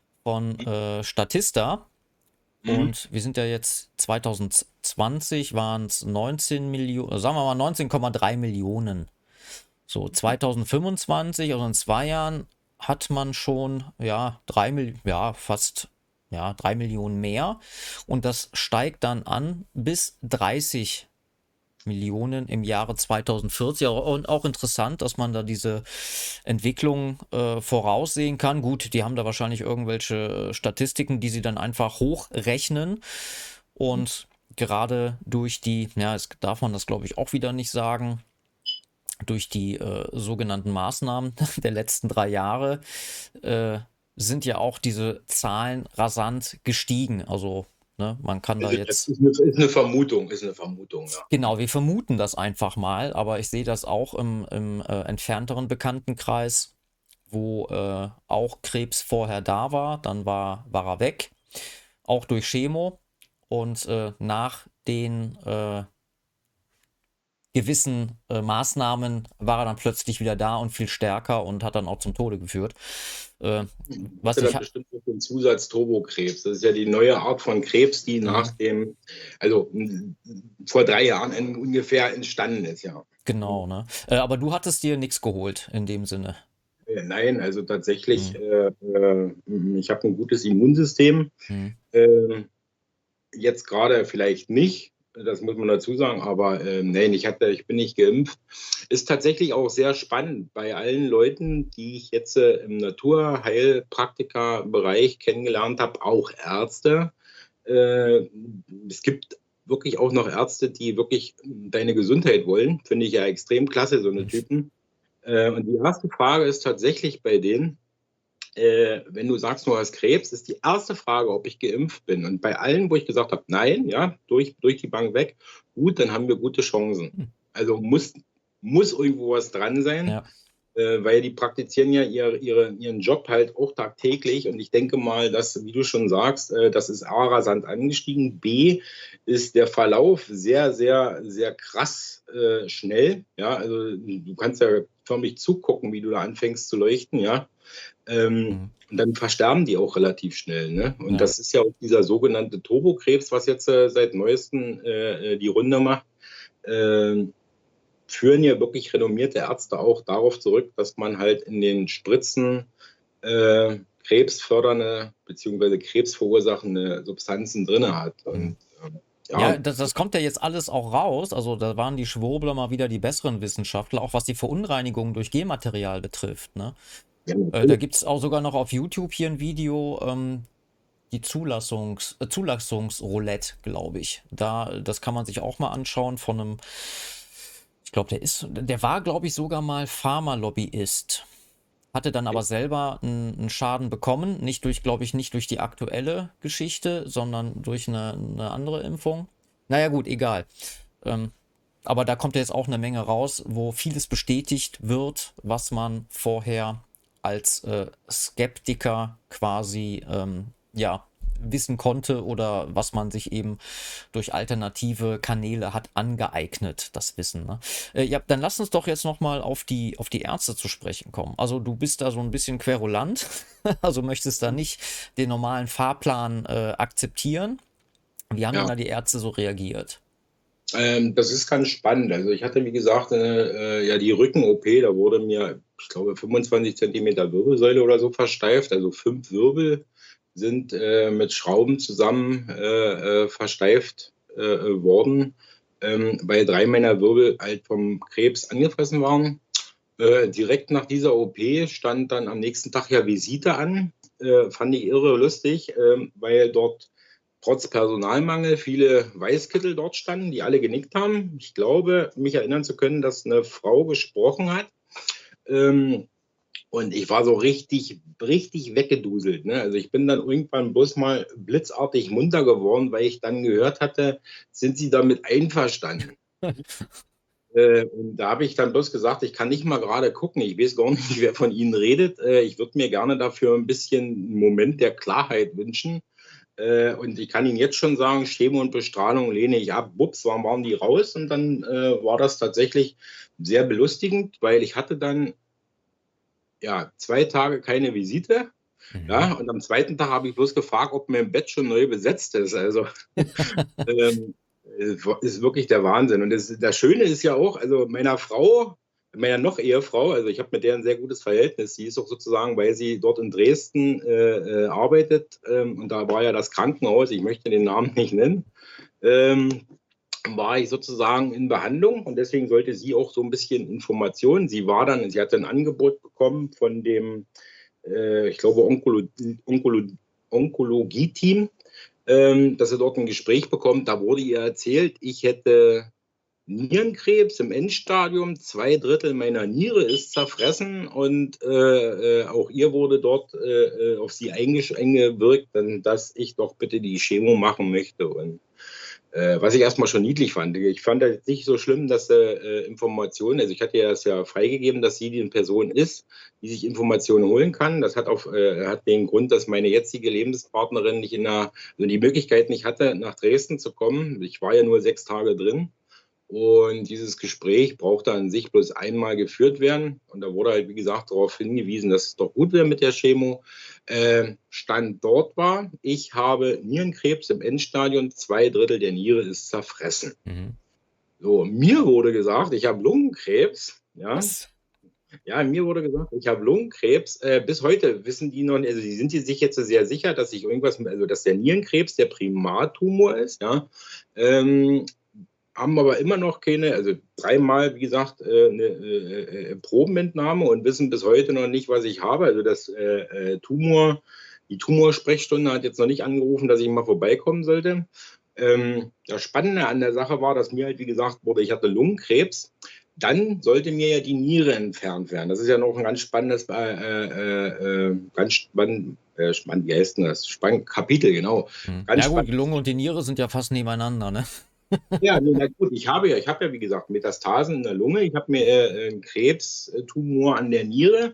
von äh, Statista. Mhm. Und wir sind ja jetzt zweitausendzwanzig, waren es neunzehn Millionen, sagen wir mal neunzehn Komma drei Millionen. So, zweitausendfünfundzwanzig, also in zwei Jahren, hat man schon, ja, drei Millionen, ja, fast, ja, drei Millionen mehr. Und das steigt dann an bis dreißig Millionen im Jahre zweitausendvierzig. Und auch interessant, dass man da diese Entwicklung äh, voraussehen kann. Gut, die haben da wahrscheinlich irgendwelche Statistiken, die sie dann einfach hochrechnen. Und gerade durch die, ja, es darf man das glaube ich auch wieder nicht sagen, durch die äh, sogenannten Maßnahmen der letzten drei Jahre äh, sind ja auch diese Zahlen rasant gestiegen. Also Ne? Man kann da Also das jetzt, ist eine, ist eine Vermutung, ist eine Vermutung, ja. genau, wir vermuten das einfach mal, aber ich sehe das auch im, im äh, entfernteren Bekanntenkreis, wo äh, auch Krebs vorher da war, dann war, war er weg, auch durch Chemo und äh, nach den äh, gewissen äh, Maßnahmen war er dann plötzlich wieder da und viel stärker und hat dann auch zum Tode geführt. Äh, was Hatte ich dann ha- bestimmt noch den Zusatz Turbokrebs. Das ist ja die neue Art von Krebs, die nach Mhm. dem, also m, vor drei Jahren en- ungefähr entstanden ist, ja. Genau, ne? Äh, aber du hattest dir nichts geholt in dem Sinne. Äh, Nein, also tatsächlich, Mhm. äh, äh, ich habe ein gutes Immunsystem. Mhm. Ähm, Jetzt gerade vielleicht nicht, das muss man dazu sagen, aber äh, nein, ich hatte, ich bin nicht geimpft. Ist tatsächlich auch sehr spannend bei allen Leuten, die ich jetzt äh, im Naturheilpraktiker-Bereich kennengelernt habe, auch Ärzte. Äh, Es gibt wirklich auch noch Ärzte, die wirklich deine Gesundheit wollen. Finde ich ja extrem klasse, so eine Typen. Äh, und die erste Frage ist tatsächlich bei denen, äh, wenn du sagst, du hast Krebs, ist die erste Frage, ob ich geimpft bin. Und bei allen, wo ich gesagt habe, nein, ja, durch, durch die Bank weg, gut, dann haben wir gute Chancen. Hm. Also muss, muss irgendwo was dran sein, Ja. äh, weil die praktizieren ja ihre, ihre, ihren Job halt auch tagtäglich. Und ich denke mal, dass, wie du schon sagst, äh, das ist A, rasant angestiegen, B, ist der Verlauf sehr, sehr, sehr krass äh, schnell. Ja, also du kannst ja förmlich zugucken, wie du da anfängst zu leuchten, ja. Ähm, Mhm. und dann versterben die auch relativ schnell. Ne? Und Ja. das ist ja auch dieser sogenannte Turbokrebs, was jetzt äh, seit neuestem äh, die Runde macht. Äh, Führen ja wirklich renommierte Ärzte auch darauf zurück, dass man halt in den Spritzen äh, krebsfördernde bzw. krebsverursachende Substanzen drin hat. Mhm. Und ähm, Ja, ja, das, das kommt ja jetzt alles auch raus. Also da waren die Schwurbler mal wieder die besseren Wissenschaftler, auch was die Verunreinigungen durch Genmaterial betrifft. Ne? ja, Äh, da natürlich. gibt es auch sogar noch auf YouTube hier ein Video, ähm, die Zulassungs, äh, Zulassungsroulette, glaube ich. Da, das kann man sich auch mal anschauen von einem, ich glaube, der ist, der war, glaube ich, sogar mal Pharmalobbyist. Hatte dann aber selber einen, einen Schaden bekommen. Nicht durch, glaube ich, nicht durch die aktuelle Geschichte, sondern durch eine, eine andere Impfung. Naja, gut, egal. Ähm, aber da kommt ja jetzt auch eine Menge raus, wo vieles bestätigt wird, was man vorher als äh, Skeptiker quasi ähm, ja, wissen konnte oder was man sich eben durch alternative Kanäle hat angeeignet, das Wissen. Ne? Äh, ja, dann lass uns doch jetzt nochmal auf die, auf die Ärzte zu sprechen kommen. Also du bist da so ein bisschen querulant, also möchtest da nicht den normalen Fahrplan äh, akzeptieren. Wie haben denn Ja. da die Ärzte so reagiert? Ähm, das ist ganz spannend. Also ich hatte, wie gesagt, äh, ja die Rücken-O P, da wurde mir, ich glaube, fünfundzwanzig Zentimeter Wirbelsäule oder so versteift. Also fünf Wirbel sind äh, mit Schrauben zusammen äh, äh, versteift äh, worden, ähm, weil drei meiner Wirbel halt vom Krebs angefressen waren. Äh, direkt nach dieser O P stand dann am nächsten Tag ja Visite an. Äh, fand ich irre lustig, äh, weil dort trotz Personalmangel viele Weißkittel dort standen, die alle genickt haben. Ich glaube, mich erinnern zu können, dass eine Frau gesprochen hat. Ähm, und ich war so richtig, richtig weggeduselt. Ne? Also ich bin dann irgendwann bloß mal blitzartig munter geworden, weil ich dann gehört hatte, sind Sie damit einverstanden? Äh, und da habe ich dann bloß gesagt, ich kann nicht mal gerade gucken. Ich weiß gar nicht, wer von Ihnen redet. Äh, ich würde mir gerne dafür ein bisschen einen Moment der Klarheit wünschen. Äh, und ich kann Ihnen jetzt schon sagen, Chemo und Bestrahlung lehne ich ab. Bups, waren, waren die raus. Und dann äh, war das tatsächlich sehr belustigend, weil ich hatte dann ja zwei Tage keine Visite. Mhm. Ja, und am zweiten Tag habe ich bloß gefragt, ob mein Bett schon neu besetzt ist. Also ähm, ist wirklich der Wahnsinn. Und das, das Schöne ist ja auch, also meiner Frau, meiner noch Ehefrau, also ich habe mit der ein sehr gutes Verhältnis. Sie ist auch sozusagen, weil sie dort in Dresden äh, äh, arbeitet, ähm, und da war ja das Krankenhaus, ich möchte den Namen nicht nennen, ähm, war ich sozusagen in Behandlung und deswegen sollte sie auch so ein bisschen Informationen. Sie war dann, sie hatte ein Angebot bekommen von dem, äh, ich glaube, Onkolo Onkolo Onkologie-Team, ähm, dass er dort ein Gespräch bekommt. Da wurde ihr erzählt, ich hätte Nierenkrebs im Endstadium, zwei Drittel meiner Niere ist zerfressen und äh, äh, auch ihr wurde dort äh, auf sie eingewirkt, dass ich doch bitte die Chemo machen möchte. Und äh, was ich erstmal schon niedlich fand. Ich fand das nicht so schlimm, dass äh, Informationen, also ich hatte ja das ja freigegeben, dass sie die Person ist, die sich Informationen holen kann. Das hat auch äh, hat den Grund, dass meine jetzige Lebenspartnerin nicht in der, also die Möglichkeit nicht hatte, nach Dresden zu kommen. Ich war ja nur sechs Tage drin. Und dieses Gespräch brauchte an sich bloß einmal geführt werden. Und da wurde halt, wie gesagt, darauf hingewiesen, dass es doch gut wäre mit der Chemo. Äh, Stand dort war, ich habe Nierenkrebs im Endstadium, zwei Drittel der Niere ist zerfressen. Mhm. So, mir wurde gesagt, ich habe Lungenkrebs. Ja. Was? Ja, mir wurde gesagt, ich habe Lungenkrebs. Äh, bis heute wissen die noch, also die sind sich jetzt sehr sicher, dass ich irgendwas, also dass der Nierenkrebs der Primartumor ist. Ja. Ähm, haben aber immer noch keine, also dreimal, wie gesagt, eine äh, Probenentnahme und wissen bis heute noch nicht, was ich habe. Also das äh, Tumor, die Tumorsprechstunde hat jetzt noch nicht angerufen, dass ich mal vorbeikommen sollte. Ähm, das Spannende an der Sache war, dass mir halt, wie gesagt, wurde, ich hatte Lungenkrebs. Dann sollte mir ja die Niere entfernt werden. Das ist ja noch ein ganz spannendes, äh, äh, ganz spannend, äh, spannend, wie heißt denn das? Spannend Kapitel, genau. Hm. Ja gut, die Lunge und die Niere sind ja fast nebeneinander, ne? Ja, nee, na gut, ich habe ja, ich habe ja, wie gesagt, Metastasen in der Lunge, ich habe mir äh, einen Krebstumor an der Niere.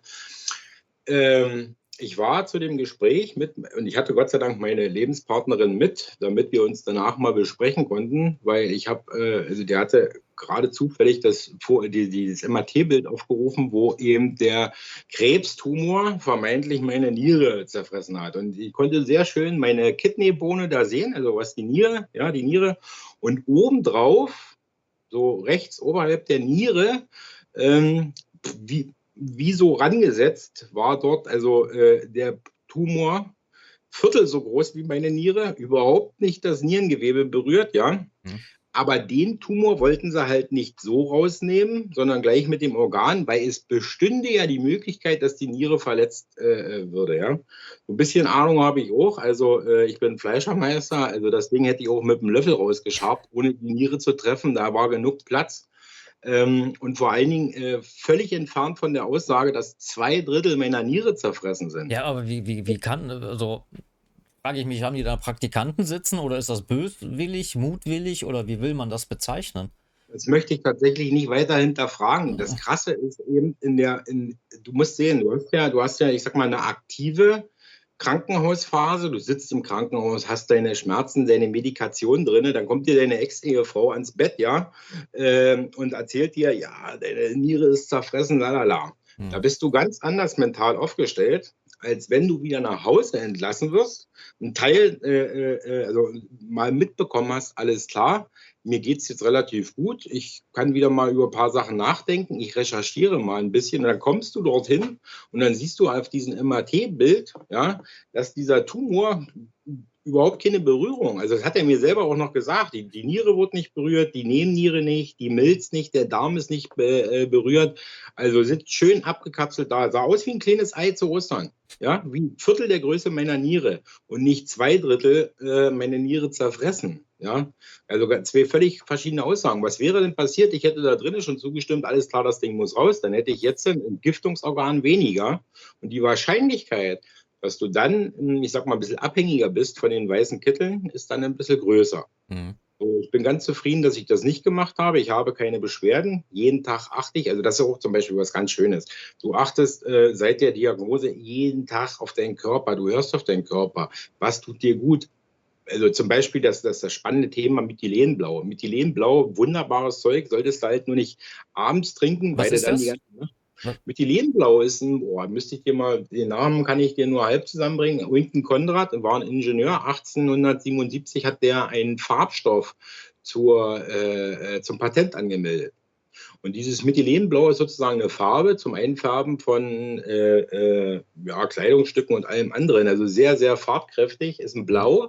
Ähm, ich war zu dem Gespräch mit, und ich hatte Gott sei Dank meine Lebenspartnerin mit, damit wir uns danach mal besprechen konnten, weil ich habe, äh, also der hatte gerade zufällig das, die, dieses M R T-Bild aufgerufen, wo eben der Krebstumor vermeintlich meine Niere zerfressen hat. Und ich konnte sehr schön meine Kidneybohne da sehen, also was die Niere, ja, die Niere. Und obendrauf, so rechts oberhalb der Niere, ähm, wie, wie so rangesetzt war dort, also äh, der Tumor viertel so groß wie meine Niere, überhaupt nicht das Nierengewebe berührt, ja. Mhm. Aber den Tumor wollten sie halt nicht so rausnehmen, sondern gleich mit dem Organ, weil es bestünde ja die Möglichkeit, dass die Niere verletzt äh, würde. Ja? So ein bisschen Ahnung habe ich auch. Also äh, ich bin Fleischermeister, also das Ding hätte ich auch mit dem Löffel rausgeschabt, ohne die Niere zu treffen. Da war genug Platz. Ähm, und vor allen Dingen äh, völlig entfernt von der Aussage, dass zwei Drittel meiner Niere zerfressen sind. Ja, aber wie, wie, wie kann, also frage ich mich, haben die da Praktikanten sitzen oder ist das böswillig, mutwillig oder wie will man das bezeichnen? Das möchte ich tatsächlich nicht weiter hinterfragen. Das Krasse ist eben in der, in, du musst sehen, du hast ja, du hast ja, ich sag mal, eine aktive Krankenhausphase. Du sitzt im Krankenhaus, hast deine Schmerzen, deine Medikation drin, dann kommt dir deine Ex-Ehefrau ans Bett, ja, äh, und erzählt dir, ja, deine Niere ist zerfressen, lalala. Hm. Da bist du ganz anders mental aufgestellt, als wenn du wieder nach Hause entlassen wirst, ein Teil, äh, äh, also mal mitbekommen hast, alles klar, mir geht es jetzt relativ gut, ich kann wieder mal über ein paar Sachen nachdenken, ich recherchiere mal ein bisschen und dann kommst du dorthin und dann siehst du auf diesem M R T-Bild, ja, dass dieser Tumor überhaupt keine Berührung. Also das hat er mir selber auch noch gesagt. Die, die Niere wurde nicht berührt, die Nebenniere nicht, die Milz nicht, der Darm ist nicht be, äh, berührt. Also sind schön abgekapselt da. Sah aus wie ein kleines Ei zu Ostern. Ja, wie ein Viertel der Größe meiner Niere und nicht zwei Drittel äh, meine Niere zerfressen. Ja, also zwei völlig verschiedene Aussagen. Was wäre denn passiert? Ich hätte da drinnen schon zugestimmt, alles klar, das Ding muss raus. Dann hätte ich jetzt ein Entgiftungsorgan weniger. Und die Wahrscheinlichkeit, dass du dann, ich sag mal, ein bisschen abhängiger bist von den weißen Kitteln, ist dann ein bisschen größer. Mhm. So, ich bin ganz zufrieden, dass ich das nicht gemacht habe. Ich habe keine Beschwerden. Jeden Tag achte ich, also das ist auch zum Beispiel was ganz Schönes. Du achtest äh, seit der Diagnose jeden Tag auf deinen Körper. Du hörst auf deinen Körper. Was tut dir gut? Also zum Beispiel das, das, das spannende Thema Methylenblau. Methylenblau, wunderbares Zeug, solltest du halt nur nicht abends trinken, was weil ist du dann das? die ganze Nacht. Methylenblau ist ein, boah, müsste ich dir mal, den Namen kann ich dir nur halb zusammenbringen. Winton Conrad war ein Ingenieur. achtzehnhundertsiebenundsiebzig hat der einen Farbstoff zur, äh, zum Patent angemeldet. Und dieses Methylenblau ist sozusagen eine Farbe zum Einfärben von äh, äh, ja, Kleidungsstücken und allem anderen. Also sehr, sehr farbkräftig, ist ein Blau.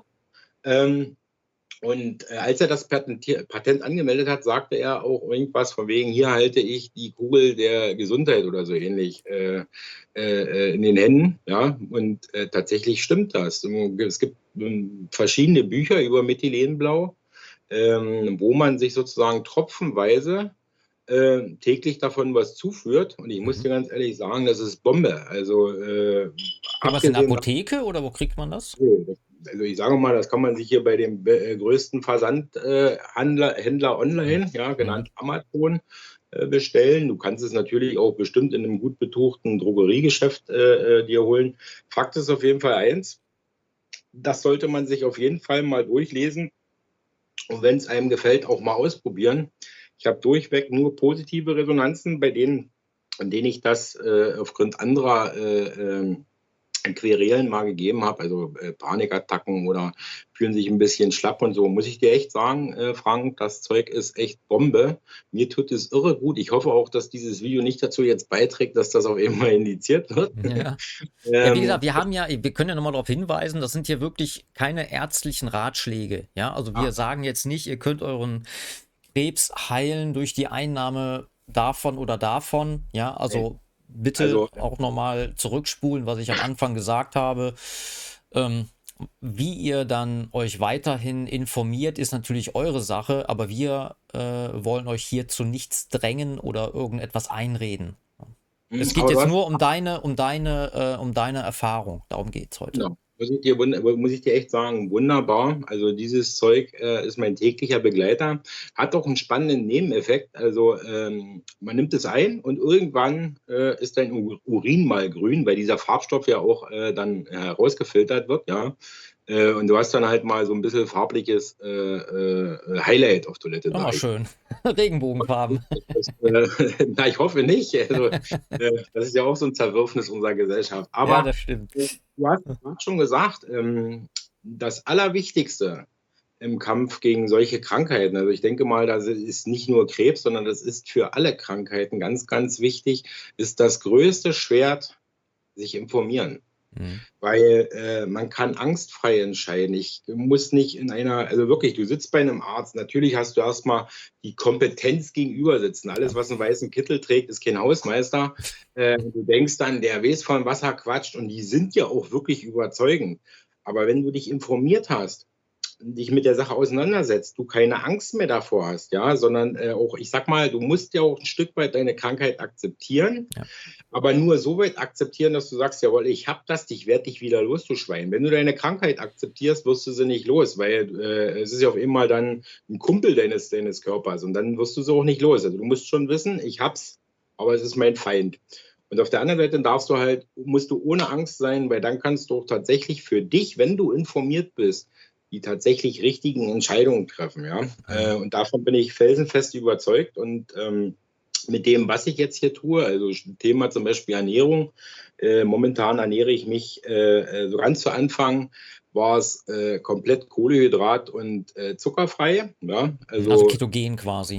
Ähm, Und äh, als er das Patent, Patent angemeldet hat, sagte er auch irgendwas von wegen, hier halte ich die Kugel der Gesundheit oder so ähnlich äh, äh, in den Händen. Ja? Und äh, tatsächlich stimmt das. Es gibt äh, verschiedene Bücher über Methylenblau. ähm, wo man sich sozusagen tropfenweise äh, täglich davon was zuführt. Und ich muss Mhm. dir ganz ehrlich sagen, das ist Bombe. Also äh, Kriegt man das in der abgesehen Apotheke oder wo kriegt man das? davon, also ich sage mal, das kann man sich hier bei dem äh, größten Versandhändler äh, Händler Mhm. online, ja, Mhm. genannt Amazon, äh, bestellen. Du kannst es natürlich auch bestimmt in einem gut betuchten Drogeriegeschäft äh, äh, dir holen. Fakt ist auf jeden Fall eins, das sollte man sich auf jeden Fall mal durchlesen und wenn es einem gefällt, auch mal ausprobieren. Ich habe durchweg nur positive Resonanzen bei denen, an denen ich das äh, aufgrund anderer äh, äh, Querelen mal gegeben habe, also äh, Panikattacken oder fühlen sich ein bisschen schlapp und so, muss ich dir echt sagen, äh, Frank, das Zeug ist echt Bombe. Mir tut es irre gut. Ich hoffe auch, dass dieses Video nicht dazu jetzt beiträgt, dass das auf einmal indiziert wird. Ja. Ja, wie ähm, gesagt, wir haben ja, wir können ja nochmal darauf hinweisen, das sind hier wirklich keine ärztlichen Ratschläge. Ja, also wir ja, sagen jetzt nicht, ihr könnt euren Krebs heilen durch die Einnahme davon oder davon. Ja, also bitte also auch nochmal zurückspulen, was ich am Anfang gesagt habe. Ähm, Wie ihr dann euch weiterhin informiert, ist natürlich eure Sache, aber wir äh, wollen euch hier zu nichts drängen oder irgendetwas einreden. Es geht aber du jetzt hast nur um deine, um deine, äh, um deine Erfahrung. Darum geht's heute. genau. Muss ich dir, muss ich dir echt sagen, wunderbar. Also dieses Zeug äh, ist mein täglicher Begleiter. Hat auch einen spannenden Nebeneffekt. Also ähm, man nimmt es ein und irgendwann äh, ist dein Urin mal grün, weil dieser Farbstoff ja auch äh, dann herausgefiltert wird, ja. Äh, und du hast dann halt mal so ein bisschen farbliches äh, äh, Highlight auf Toilette, Auch mal sage ich mal. schön. Regenbogenfarben. Das, äh, na, ich hoffe nicht. Also, äh, das ist ja auch so ein Zerwürfnis unserer Gesellschaft. Ja, Aber das stimmt. äh, du hast gerade schon gesagt, ähm, das Allerwichtigste im Kampf gegen solche Krankheiten, also ich denke mal, das ist nicht nur Krebs, sondern das ist für alle Krankheiten ganz, ganz wichtig, ist das größte Schwert, sich informieren. Mhm. Weil äh, man kann angstfrei entscheiden. Ich muss nicht in einer, also wirklich, du sitzt bei einem Arzt, natürlich hast du erstmal die Kompetenz gegenüber sitzen. Alles, Ja. was einen weißen Kittel trägt, ist kein Hausmeister. Äh, du denkst dann, der weiß von was er quatscht und die sind ja auch wirklich überzeugend. Aber wenn du dich informiert hast, dich mit der Sache auseinandersetzt, du keine Angst mehr davor hast, ja, sondern äh, auch, ich sag mal, du musst ja auch ein Stück weit deine Krankheit akzeptieren, Ja. aber nur so weit akzeptieren, dass du sagst, jawohl, ich hab das, ich werde dich wieder los, du Schwein. Wenn du deine Krankheit akzeptierst, wirst du sie nicht los, weil äh, es ist ja auf einmal dann ein Kumpel deines, deines Körpers und dann wirst du sie auch nicht los. Also du musst schon wissen, ich hab's, aber es ist mein Feind. Und auf der anderen Seite darfst du halt, musst du ohne Angst sein, weil dann kannst du auch tatsächlich für dich, wenn du informiert bist, die tatsächlich richtigen Entscheidungen treffen. Ja? Mhm. Äh, und davon bin ich felsenfest überzeugt. Und ähm, mit dem, was ich jetzt hier tue, also Thema zum Beispiel Ernährung, äh, momentan ernähre ich mich, äh, so ganz zu Anfang war es äh, komplett Kohlehydrat- und äh, zuckerfrei. Ja? Also Also ketogen quasi.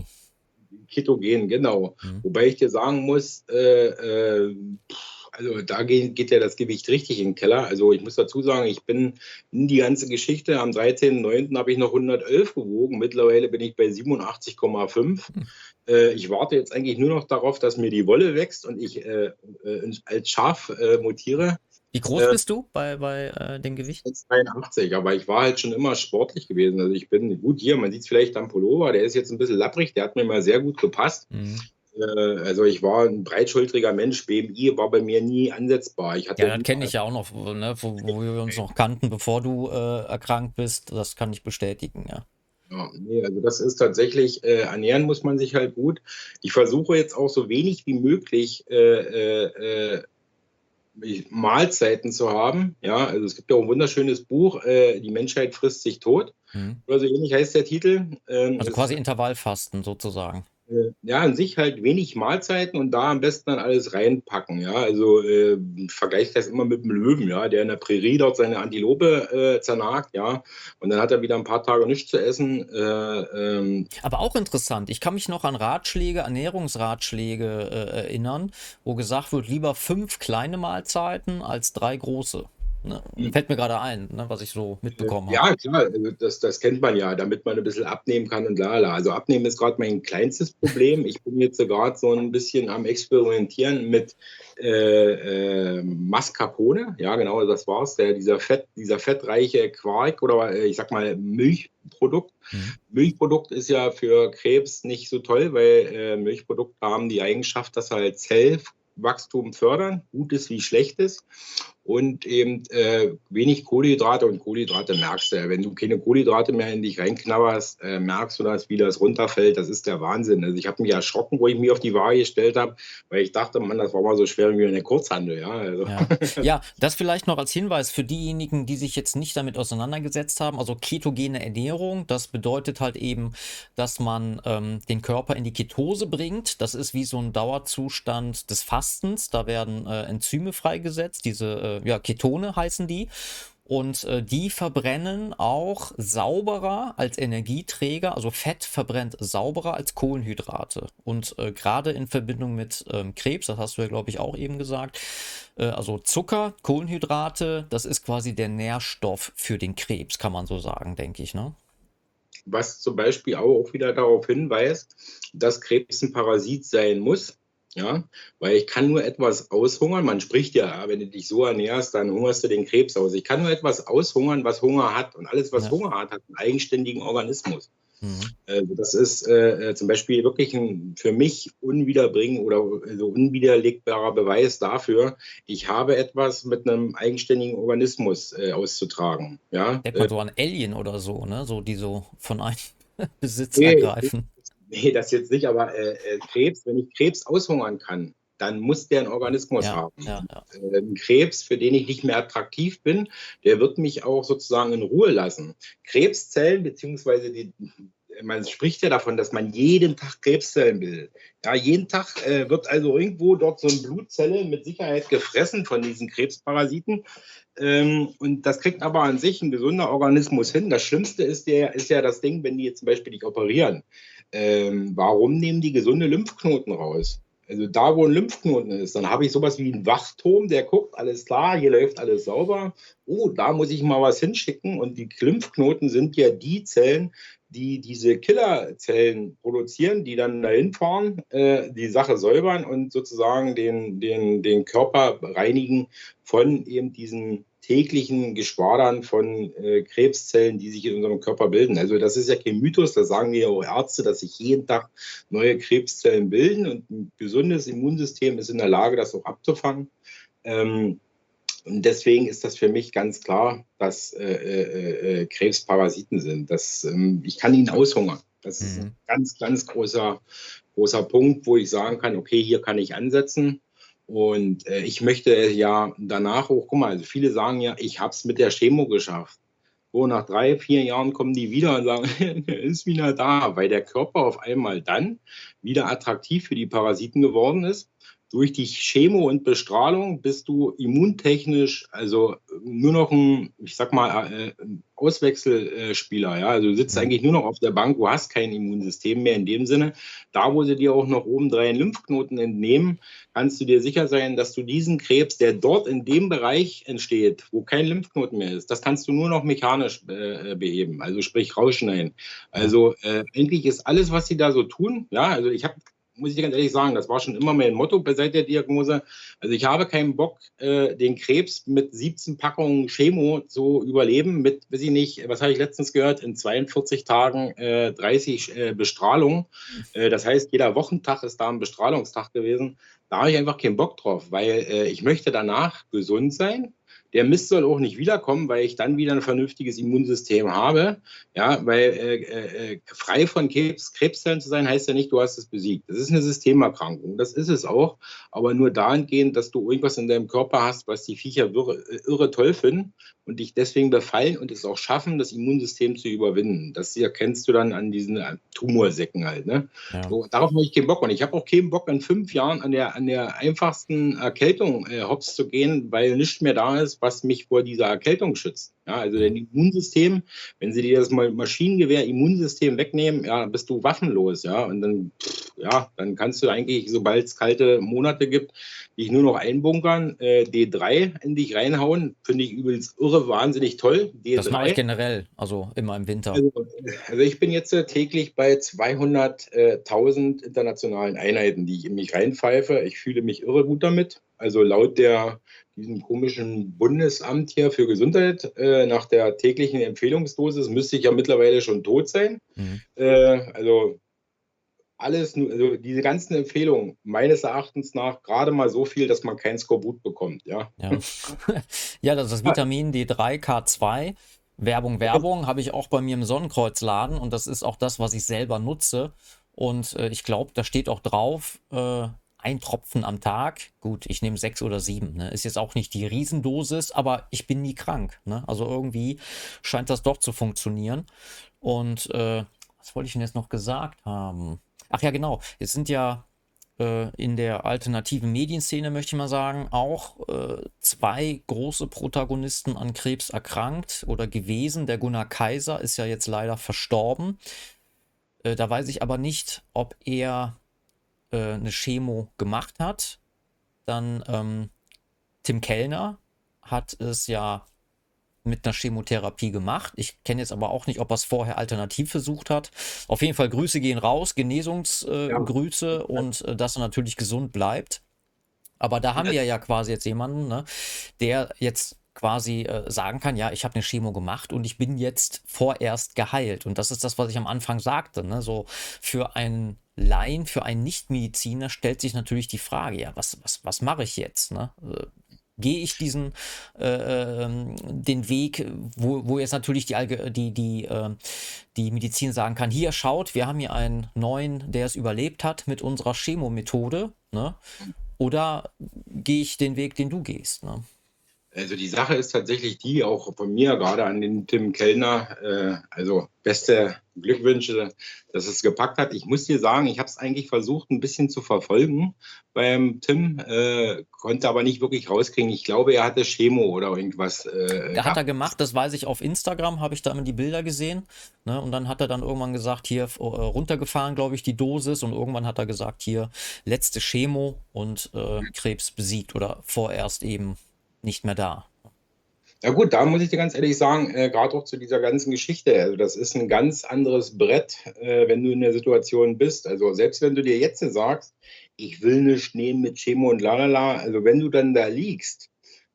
Ketogen, genau. Mhm. Wobei ich dir sagen muss, äh, äh, also da geht, geht ja das Gewicht richtig in den Keller. Also ich muss dazu sagen, ich bin in die ganze Geschichte, am dreizehnten neunten habe ich noch hundertelf gewogen. Mittlerweile bin ich bei siebenundachtzig Komma fünf. Hm. Äh, ich warte jetzt eigentlich nur noch darauf, dass mir die Wolle wächst und ich äh, äh, als Schaf äh, mutiere. Wie groß Äh, bist du bei, bei äh, dem Gewicht? zweiundachtzig, aber ich war halt schon immer sportlich gewesen. Also ich bin gut hier, man sieht es vielleicht am Pullover, der ist jetzt ein bisschen lapprig, der hat mir mal sehr gut gepasst. Mhm. Äh, also ich war ein breitschultriger Mensch, B M I war bei mir nie ansetzbar. Ich hatte Ja, das kenne ich ja auch noch, ne, wo, wo wir uns noch kannten, bevor du äh, erkrankt bist. Das kann ich bestätigen, ja. Ja, nee, also das ist tatsächlich, äh, ernähren muss man sich halt gut. Ich versuche jetzt auch so wenig wie möglich äh, äh, Mahlzeiten zu haben. Ja, also es gibt ja auch ein wunderschönes Buch, äh, Die Menschheit frisst sich tot. Mhm. Oder so ähnlich heißt der Titel. Ähm, Also es quasi Intervallfasten sozusagen. äh, ja, an sich halt wenig Mahlzeiten und da am besten dann alles reinpacken. Ja, also äh, ich vergleiche das immer mit dem Löwen, ja, der in der Prärie dort seine Antilope äh, zernagt, ja, und dann hat er wieder ein paar Tage nichts zu essen. Äh, ähm, Aber auch interessant, ich kann mich noch an Ratschläge, Ernährungsratschläge äh, erinnern, wo gesagt wird, lieber fünf kleine Mahlzeiten als drei große. Ne? Fällt mir gerade ein, ne, was ich so mitbekommen habe. Ja, klar, also das, das kennt man ja, damit man ein bisschen abnehmen kann und lala. Also abnehmen ist gerade mein kleinstes Problem. Ich bin jetzt so gerade so ein bisschen am Experimentieren mit äh, äh, Mascarpone. Ja, genau, das war's. Der, dieser Fett, dieser fettreiche Quark oder äh, ich sag mal Milchprodukt. Mhm. Milchprodukt ist ja für Krebs nicht so toll, weil äh, Milchprodukte haben die Eigenschaft, dass sie halt Zellwachstum fördern, Gutes wie Schlechtes. Und eben äh, wenig Kohlenhydrate, und Kohlenhydrate merkst du ja. Wenn du keine Kohlenhydrate mehr in dich reinknabberst, äh, merkst du das, wie das runterfällt. Das ist der Wahnsinn. Also ich habe mich erschrocken, wo ich mich auf die Waage gestellt habe, weil ich dachte, Mann, das war mal so schwer wie eine Kurzhandel. Ja, also. Ja. Ja, das vielleicht noch als Hinweis für diejenigen, die sich jetzt nicht damit auseinandergesetzt haben. Also ketogene Ernährung, das bedeutet halt eben, dass man ähm, den Körper in die Ketose bringt. Das ist wie so ein Dauerzustand des Fastens. Da werden äh, Enzyme freigesetzt, diese äh, ja, Ketone heißen die. Und äh, die verbrennen auch sauberer als Energieträger, also Fett verbrennt sauberer als Kohlenhydrate. Und äh, gerade in Verbindung mit ähm, Krebs, das hast du ja, glaube ich, auch eben gesagt, äh, also Zucker, Kohlenhydrate, das ist quasi der Nährstoff für den Krebs, kann man so sagen, denke ich, ne? Was zum Beispiel auch wieder darauf hinweist, dass Krebs ein Parasit sein muss. Ja, weil ich kann nur etwas aushungern. Man spricht ja, wenn du dich so ernährst, dann hungerst du den Krebs aus. Ich kann nur etwas aushungern, was Hunger hat. Und alles, was Ja. Hunger hat, hat einen eigenständigen Organismus. Mhm. Also das ist äh, zum Beispiel wirklich ein für mich unwiederbring oder also unwiderlegbarer Beweis dafür, ich habe etwas mit einem eigenständigen Organismus äh, auszutragen. Ja, Denkt äh, man so an Alien oder so, ne? So, die so von einem Besitz nee, ergreifen. nee, das jetzt nicht, aber äh, äh, Krebs, wenn ich Krebs aushungern kann, dann muss der einen Organismus Ja, haben. ja, ja. Äh, ein Krebs, für den ich nicht mehr attraktiv bin, der wird mich auch sozusagen in Ruhe lassen. Krebszellen, beziehungsweise die, man spricht ja davon, dass man jeden Tag Krebszellen bildet. Ja, jeden Tag äh, wird also irgendwo dort so eine Blutzelle mit Sicherheit gefressen von diesen Krebsparasiten. Ähm, und das kriegt aber an sich ein gesunder Organismus hin. Das Schlimmste ist, der, ist ja das Ding, wenn die jetzt zum Beispiel dich operieren. Ähm, warum nehmen die gesunde Lymphknoten raus? Also da, wo ein Lymphknoten ist, dann habe ich sowas wie einen Wachturm, der guckt, alles klar, hier läuft alles sauber. Oh, da muss ich mal was hinschicken. Und die Lymphknoten sind ja die Zellen, die diese Killerzellen produzieren, die dann dahin fahren, äh, die Sache säubern und sozusagen den, den, den Körper reinigen von eben diesen täglichen Geschwadern von äh, Krebszellen, die sich in unserem Körper bilden. Also das ist ja kein Mythos, das sagen ja auch Ärzte, dass sich jeden Tag neue Krebszellen bilden und ein gesundes Immunsystem ist in der Lage, das auch abzufangen. Ähm, und deswegen ist das für mich ganz klar, dass äh, äh, äh, Krebs Parasiten sind. Das, ähm, ich kann ihn aushungern. Das ist ein Mhm. ganz, ganz großer, großer Punkt, wo ich sagen kann, okay, hier kann ich ansetzen. Und äh, ich möchte ja danach auch, guck mal, also viele sagen ja, ich habe es mit der Chemo geschafft. So, nach drei, vier Jahren kommen die wieder und sagen, er ist wieder da, weil der Körper auf einmal dann wieder attraktiv für die Parasiten geworden ist. Durch die Chemo und Bestrahlung bist du immuntechnisch also nur noch ein, ich sag mal, äh, Auswechselspieler. Ja? Also du sitzt Mhm. eigentlich nur noch auf der Bank, du hast kein Immunsystem mehr in dem Sinne. Da, wo sie dir auch noch oben drei Lymphknoten entnehmen, kannst du dir sicher sein, dass du diesen Krebs, der dort in dem Bereich entsteht, wo kein Lymphknoten mehr ist, das kannst du nur noch mechanisch äh, beheben, also sprich rausschneiden. Ja. Also äh, eigentlich ist alles, was sie da so tun, ja, also ich habe muss ich dir ganz ehrlich sagen, das war schon immer mein Motto seit der Diagnose. Also ich habe keinen Bock, äh, den Krebs mit siebzehn Packungen Chemo zu überleben, mit, weiß ich nicht, was habe ich letztens gehört, in zweiundvierzig Tagen äh, dreißig äh, Bestrahlungen. Äh, das heißt, jeder Wochentag ist da ein Bestrahlungstag gewesen. Da habe ich einfach keinen Bock drauf, weil äh, ich möchte danach gesund sein. Der Mist soll auch nicht wiederkommen, weil ich dann wieder ein vernünftiges Immunsystem habe. Ja, weil äh, äh, frei von Krebs, Krebszellen zu sein, heißt ja nicht, du hast es besiegt. Das ist eine Systemerkrankung. Das ist es auch. Aber nur dahingehend, dass du irgendwas in deinem Körper hast, was die Viecher irre, irre toll finden und dich deswegen befallen und es auch schaffen, das Immunsystem zu überwinden. Das erkennst du dann an diesen Tumorsäcken halt. Ne? Ja. So, darauf habe ich keinen Bock. Und ich habe auch keinen Bock, in fünf Jahren an der, an der einfachsten Erkältung äh, hops zu gehen, weil nichts mehr da ist, was mich vor dieser Erkältung schützt. Ja, also dein Mhm. Immunsystem, wenn sie dir das mal Maschinengewehr-Immunsystem wegnehmen, ja, dann bist du waffenlos, ja. Und dann, pff, ja, dann kannst du eigentlich, sobald es kalte Monate gibt, dich nur noch einbunkern, äh, D drei in dich reinhauen. Finde ich übrigens irre, wahnsinnig toll. Das mache ich D drei. generell, also immer im Winter. Also, also ich bin jetzt äh, täglich bei zweihunderttausend internationalen Einheiten, die ich in mich reinpfeife. Ich fühle mich irre gut damit. Also laut der diesem komischen Bundesamt hier für Gesundheit, äh, nach der täglichen Empfehlungsdosis müsste ich ja mittlerweile schon tot sein. Mhm. Äh, also alles, nur- also diese ganzen Empfehlungen, meines Erachtens nach gerade mal so viel, dass man kein Skorbut bekommt. Ja. Ja. Ja, das ist das Vitamin D drei K zwei. Werbung, Werbung habe ich auch bei mir im Sonnenkreuzladen und das ist auch das, was ich selber nutze. Und äh, ich glaube, da steht auch drauf, äh, ein Tropfen am Tag. Gut, ich nehme sechs oder sieben. Ne? Ist jetzt auch nicht die Riesendosis, aber ich bin nie krank. Ne? Also irgendwie scheint das doch zu funktionieren. Und äh, was wollte ich denn jetzt noch gesagt haben? Ach ja, genau. Es sind ja äh, in der alternativen Medienszene, möchte ich mal sagen, auch äh, zwei große Protagonisten an Krebs erkrankt oder gewesen. Der Gunnar Kaiser ist ja jetzt leider verstorben. Äh, da weiß ich aber nicht, ob er äh, eine Chemo gemacht hat. Dann ähm, Tim Kellner hat es ja mit einer Chemotherapie gemacht. Ich kenne jetzt aber auch nicht, ob er es vorher alternativ versucht hat. Auf jeden Fall Grüße gehen raus, Ja. Genesungsgrüße äh, und äh, dass er natürlich gesund bleibt. Aber da haben wir ja quasi jetzt jemanden, ne, der jetzt quasi äh, sagen kann, ja, ich habe eine Chemo gemacht und ich bin jetzt vorerst geheilt. Und das ist das, was ich am Anfang sagte. Ne? So für einen Laien, für einen Nichtmediziner stellt sich natürlich die Frage, ja, was, was, was mache ich jetzt? Ne? Äh, Gehe ich diesen äh, ähm, den Weg, wo, wo jetzt natürlich die, Allge die, die, äh, die Medizin sagen kann, hier schaut, wir haben hier einen neuen, der es überlebt hat mit unserer Chemomethode, ne? Oder gehe ich den Weg, den du gehst? Ne? Also die Sache ist tatsächlich die, auch von mir gerade an den Tim Kellner, äh, also beste Glückwünsche, dass es gepackt hat. Ich muss dir sagen, ich habe es eigentlich versucht, ein bisschen zu verfolgen beim Tim, äh, konnte aber nicht wirklich rauskriegen. Ich glaube, er hatte Chemo oder irgendwas äh, Da hat er gehabt. gemacht, das weiß ich auf Instagram, habe ich da immer die Bilder gesehen. Ne? Und dann hat er dann irgendwann gesagt, hier äh, runtergefahren, glaube ich, die Dosis. Und irgendwann hat er gesagt, hier letzte Chemo und äh, Krebs besiegt oder vorerst eben nicht mehr da. Ja gut, da muss ich dir ganz ehrlich sagen, äh, gerade auch zu dieser ganzen Geschichte, also das ist ein ganz anderes Brett, äh, wenn du in der Situation bist. Also selbst wenn du dir jetzt sagst, ich will nicht nehmen mit Chemo und lalala, also wenn du dann da liegst,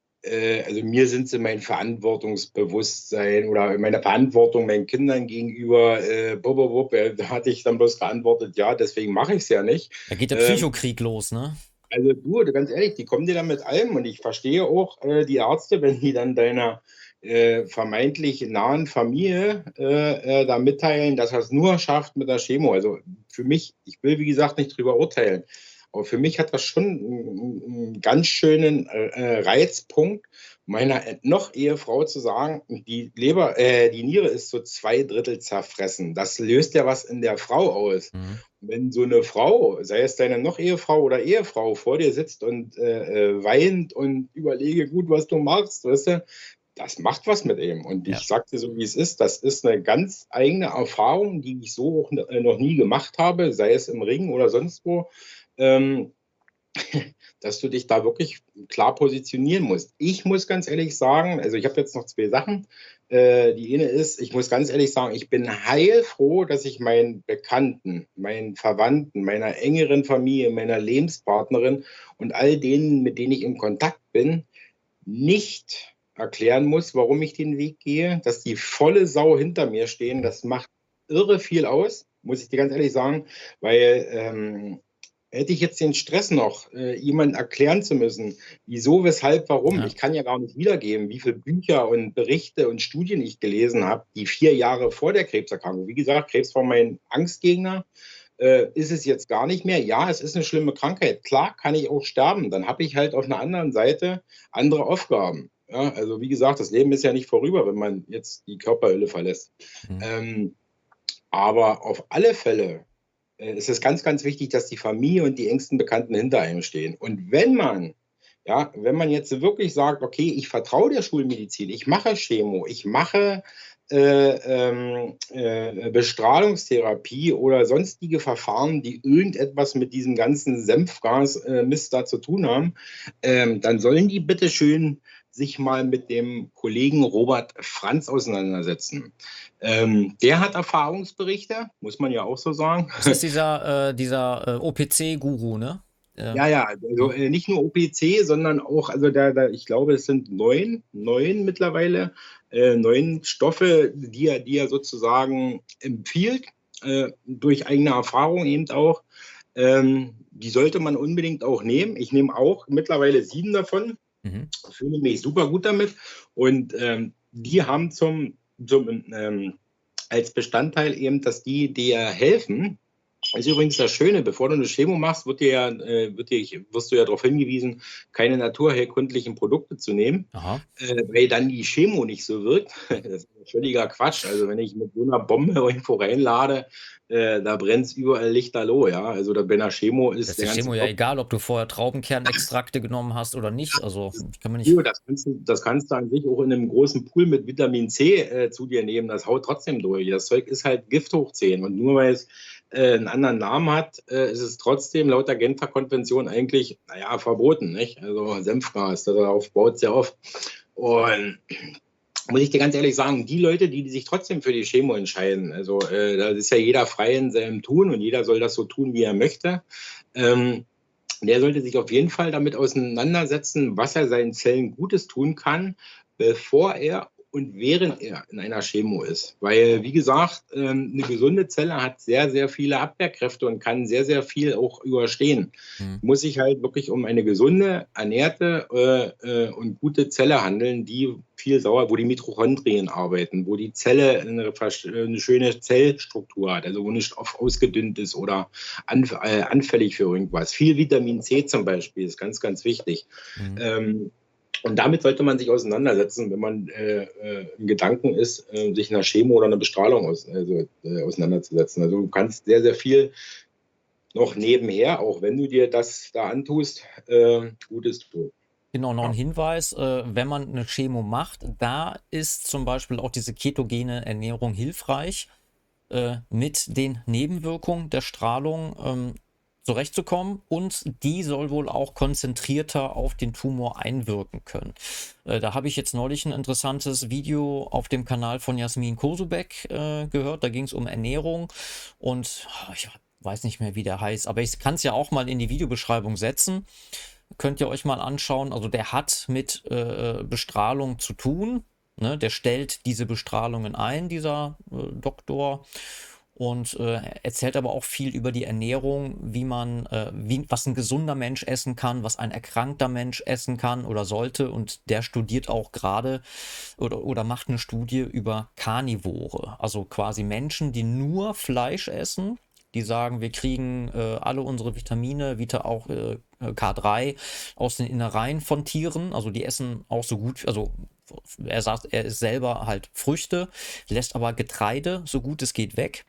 äh, also mir sind sie mein Verantwortungsbewusstsein oder meine Verantwortung meinen Kindern gegenüber, äh, bub, bub, bub, äh, da hatte ich dann bloß geantwortet, ja, deswegen mache ich es ja nicht. Da geht der Ähm, Psychokrieg los, ne? also du, ganz ehrlich, die kommen dir dann mit allem und ich verstehe auch äh, die Ärzte, wenn die dann deiner äh, vermeintlich nahen Familie äh, äh, da mitteilen, dass er es nur schafft mit der Chemo. Also für mich, ich will wie gesagt nicht drüber urteilen, aber für mich hat das schon einen, einen ganz schönen äh, Reizpunkt, meiner noch Ehefrau zu sagen, die Leber, äh, die Niere ist so zwei Drittel zerfressen. Das löst ja was in der Frau aus. Mhm. Wenn so eine Frau, sei es deine noch Ehefrau oder Ehefrau, vor dir sitzt und äh, äh, weint und überlege gut, was du machst, weißt du, das macht was mit ihm. Und Ja. ich sag dir so, wie es ist, das ist eine ganz eigene Erfahrung, die ich so auch äh, noch nie gemacht habe, sei es im Ring oder sonst wo. Ähm, dass du dich da wirklich klar positionieren musst. Ich muss ganz ehrlich sagen, also ich habe jetzt noch zwei Sachen. Äh, die eine ist, ich muss ganz ehrlich sagen, ich bin heilfroh, dass ich meinen Bekannten, meinen Verwandten, meiner engeren Familie, meiner Lebenspartnerin und all denen, mit denen ich im Kontakt bin, nicht erklären muss, warum ich den Weg gehe, dass die volle Sau hinter mir stehen. Das macht irre viel aus, muss ich dir ganz ehrlich sagen, weil ähm, hätte ich jetzt den Stress noch, äh, jemandem erklären zu müssen, wieso, weshalb, warum. Ja. Ich kann ja gar nicht wiedergeben, wie viele Bücher und Berichte und Studien ich gelesen habe, die vier Jahre vor der Krebserkrankung. Wie gesagt, Krebs war mein Angstgegner. Äh, ist es jetzt gar nicht mehr? Ja, es ist eine schlimme Krankheit. Klar kann ich auch sterben. Dann habe ich halt auf einer anderen Seite andere Aufgaben. Ja, also wie gesagt, das Leben ist ja nicht vorüber, wenn man jetzt die Körperhülle verlässt. Mhm. Ähm, aber auf alle Fälle äh, ist es ganz, ganz wichtig, dass die Familie und die engsten Bekannten hinter einem stehen. Und wenn man Ja, wenn man jetzt wirklich sagt, okay, ich vertraue der Schulmedizin, ich mache Chemo, ich mache äh, ähm, äh, Bestrahlungstherapie oder sonstige Verfahren, die irgendetwas mit diesem ganzen Senfgas-Mist da zu tun haben, ähm, dann sollen die bitte schön sich mal mit dem Kollegen Robert Franz auseinandersetzen. Ähm, der hat Erfahrungsberichte, muss man ja auch so sagen. Das ist dieser, äh, dieser äh, O P C-Guru, ne? Äh, Ja, ja, also hm, äh, nicht nur O P C, sondern auch, also da, da, ich glaube, es sind neun, neun mittlerweile, äh, neun Stoffe, die er, die er sozusagen empfiehlt, äh, durch eigene Erfahrung eben auch. Ähm, die sollte man unbedingt auch nehmen. Ich nehme auch mittlerweile sieben davon, mhm. fühle mich super gut damit. Und ähm, die haben zum, zum ähm, als Bestandteil eben, dass die dir helfen. Das ist übrigens das Schöne, bevor du eine Chemo machst, wird dir ja, äh, wird dir, wirst du ja darauf hingewiesen, keine naturherkundlichen Produkte zu nehmen, Aha. äh, weil dann die Chemo nicht so wirkt. Das ist völliger Quatsch. Also wenn ich mit so einer Bombe irgendwo reinlade, äh, da brennt es überall lichterloh. Ja? Also da, bei einer Chemo Das ist ist der der ganze Chemo ja Kopf. egal, ob du vorher Traubenkernextrakte genommen hast oder nicht. Also kann man nicht. Ja, das kannst, du, das kannst du an sich auch in einem großen Pool mit Vitamin C äh, zu dir nehmen. Das haut trotzdem durch. Das Zeug ist halt Gift hoch zehn. Und nur weil es äh, einen anderen Namen hat, äh, ist es trotzdem laut der Genfer Konvention eigentlich, naja, verboten. Nicht? Also Senfgas, darauf baut es ja auf. Und muss ich dir ganz ehrlich sagen, die Leute, die, die sich trotzdem für die Chemo entscheiden, also äh, da ist ja jeder frei in seinem Tun und jeder soll das so tun, wie er möchte. Ähm, der sollte sich auf jeden Fall damit auseinandersetzen, was er seinen Zellen Gutes tun kann, bevor er und während er in einer Chemo ist. Weil, wie gesagt, ähm, eine gesunde Zelle hat sehr, sehr viele Abwehrkräfte und kann sehr, sehr viel auch überstehen. Hm. Muss sich halt wirklich um eine gesunde, ernährte äh, äh, und gute Zelle handeln, die viel sauer, wo die Mitochondrien arbeiten, wo die Zelle eine, eine schöne Zellstruktur hat, also wo nicht oft ausgedünnt ist oder anf äh, anfällig für irgendwas. Viel Vitamin C zum Beispiel ist ganz, ganz wichtig. Hm. Ähm, und damit sollte man sich auseinandersetzen, wenn man äh, äh, in Gedanken ist, äh, sich einer Chemo oder einer Bestrahlung aus, also, äh, auseinanderzusetzen. Also du kannst sehr, sehr viel noch nebenher, auch wenn du dir das da antust, äh, Gutes tun. Genau, noch ein Ja. Hinweis, äh, wenn man eine Chemo macht, da ist zum Beispiel auch diese ketogene Ernährung hilfreich, äh, mit den Nebenwirkungen der Strahlung ähm, zurechtzukommen, und die soll wohl auch konzentrierter auf den Tumor einwirken können. Äh, da habe ich jetzt neulich ein interessantes Video auf dem Kanal von Jasmin Kosubek äh, gehört, da ging es um Ernährung und oh, ich weiß nicht mehr, wie der heißt, aber ich kann es ja auch mal in die Videobeschreibung setzen. Könnt ihr euch mal anschauen. Also der hat mit äh, Bestrahlung zu tun. Ne? Der stellt diese Bestrahlungen ein, dieser äh, Doktor. Und äh, erzählt aber auch viel über die Ernährung, wie man, äh, wie, was ein gesunder Mensch essen kann, was ein erkrankter Mensch essen kann oder sollte. Und der studiert auch gerade oder, oder macht eine Studie über Karnivore, also quasi Menschen, die nur Fleisch essen. Die sagen, wir kriegen äh, alle unsere Vitamine, Vita auch äh, K drei aus den Innereien von Tieren. Also die essen auch so gut, also er sagt, er ist selber halt Früchte, lässt aber Getreide so gut es geht weg.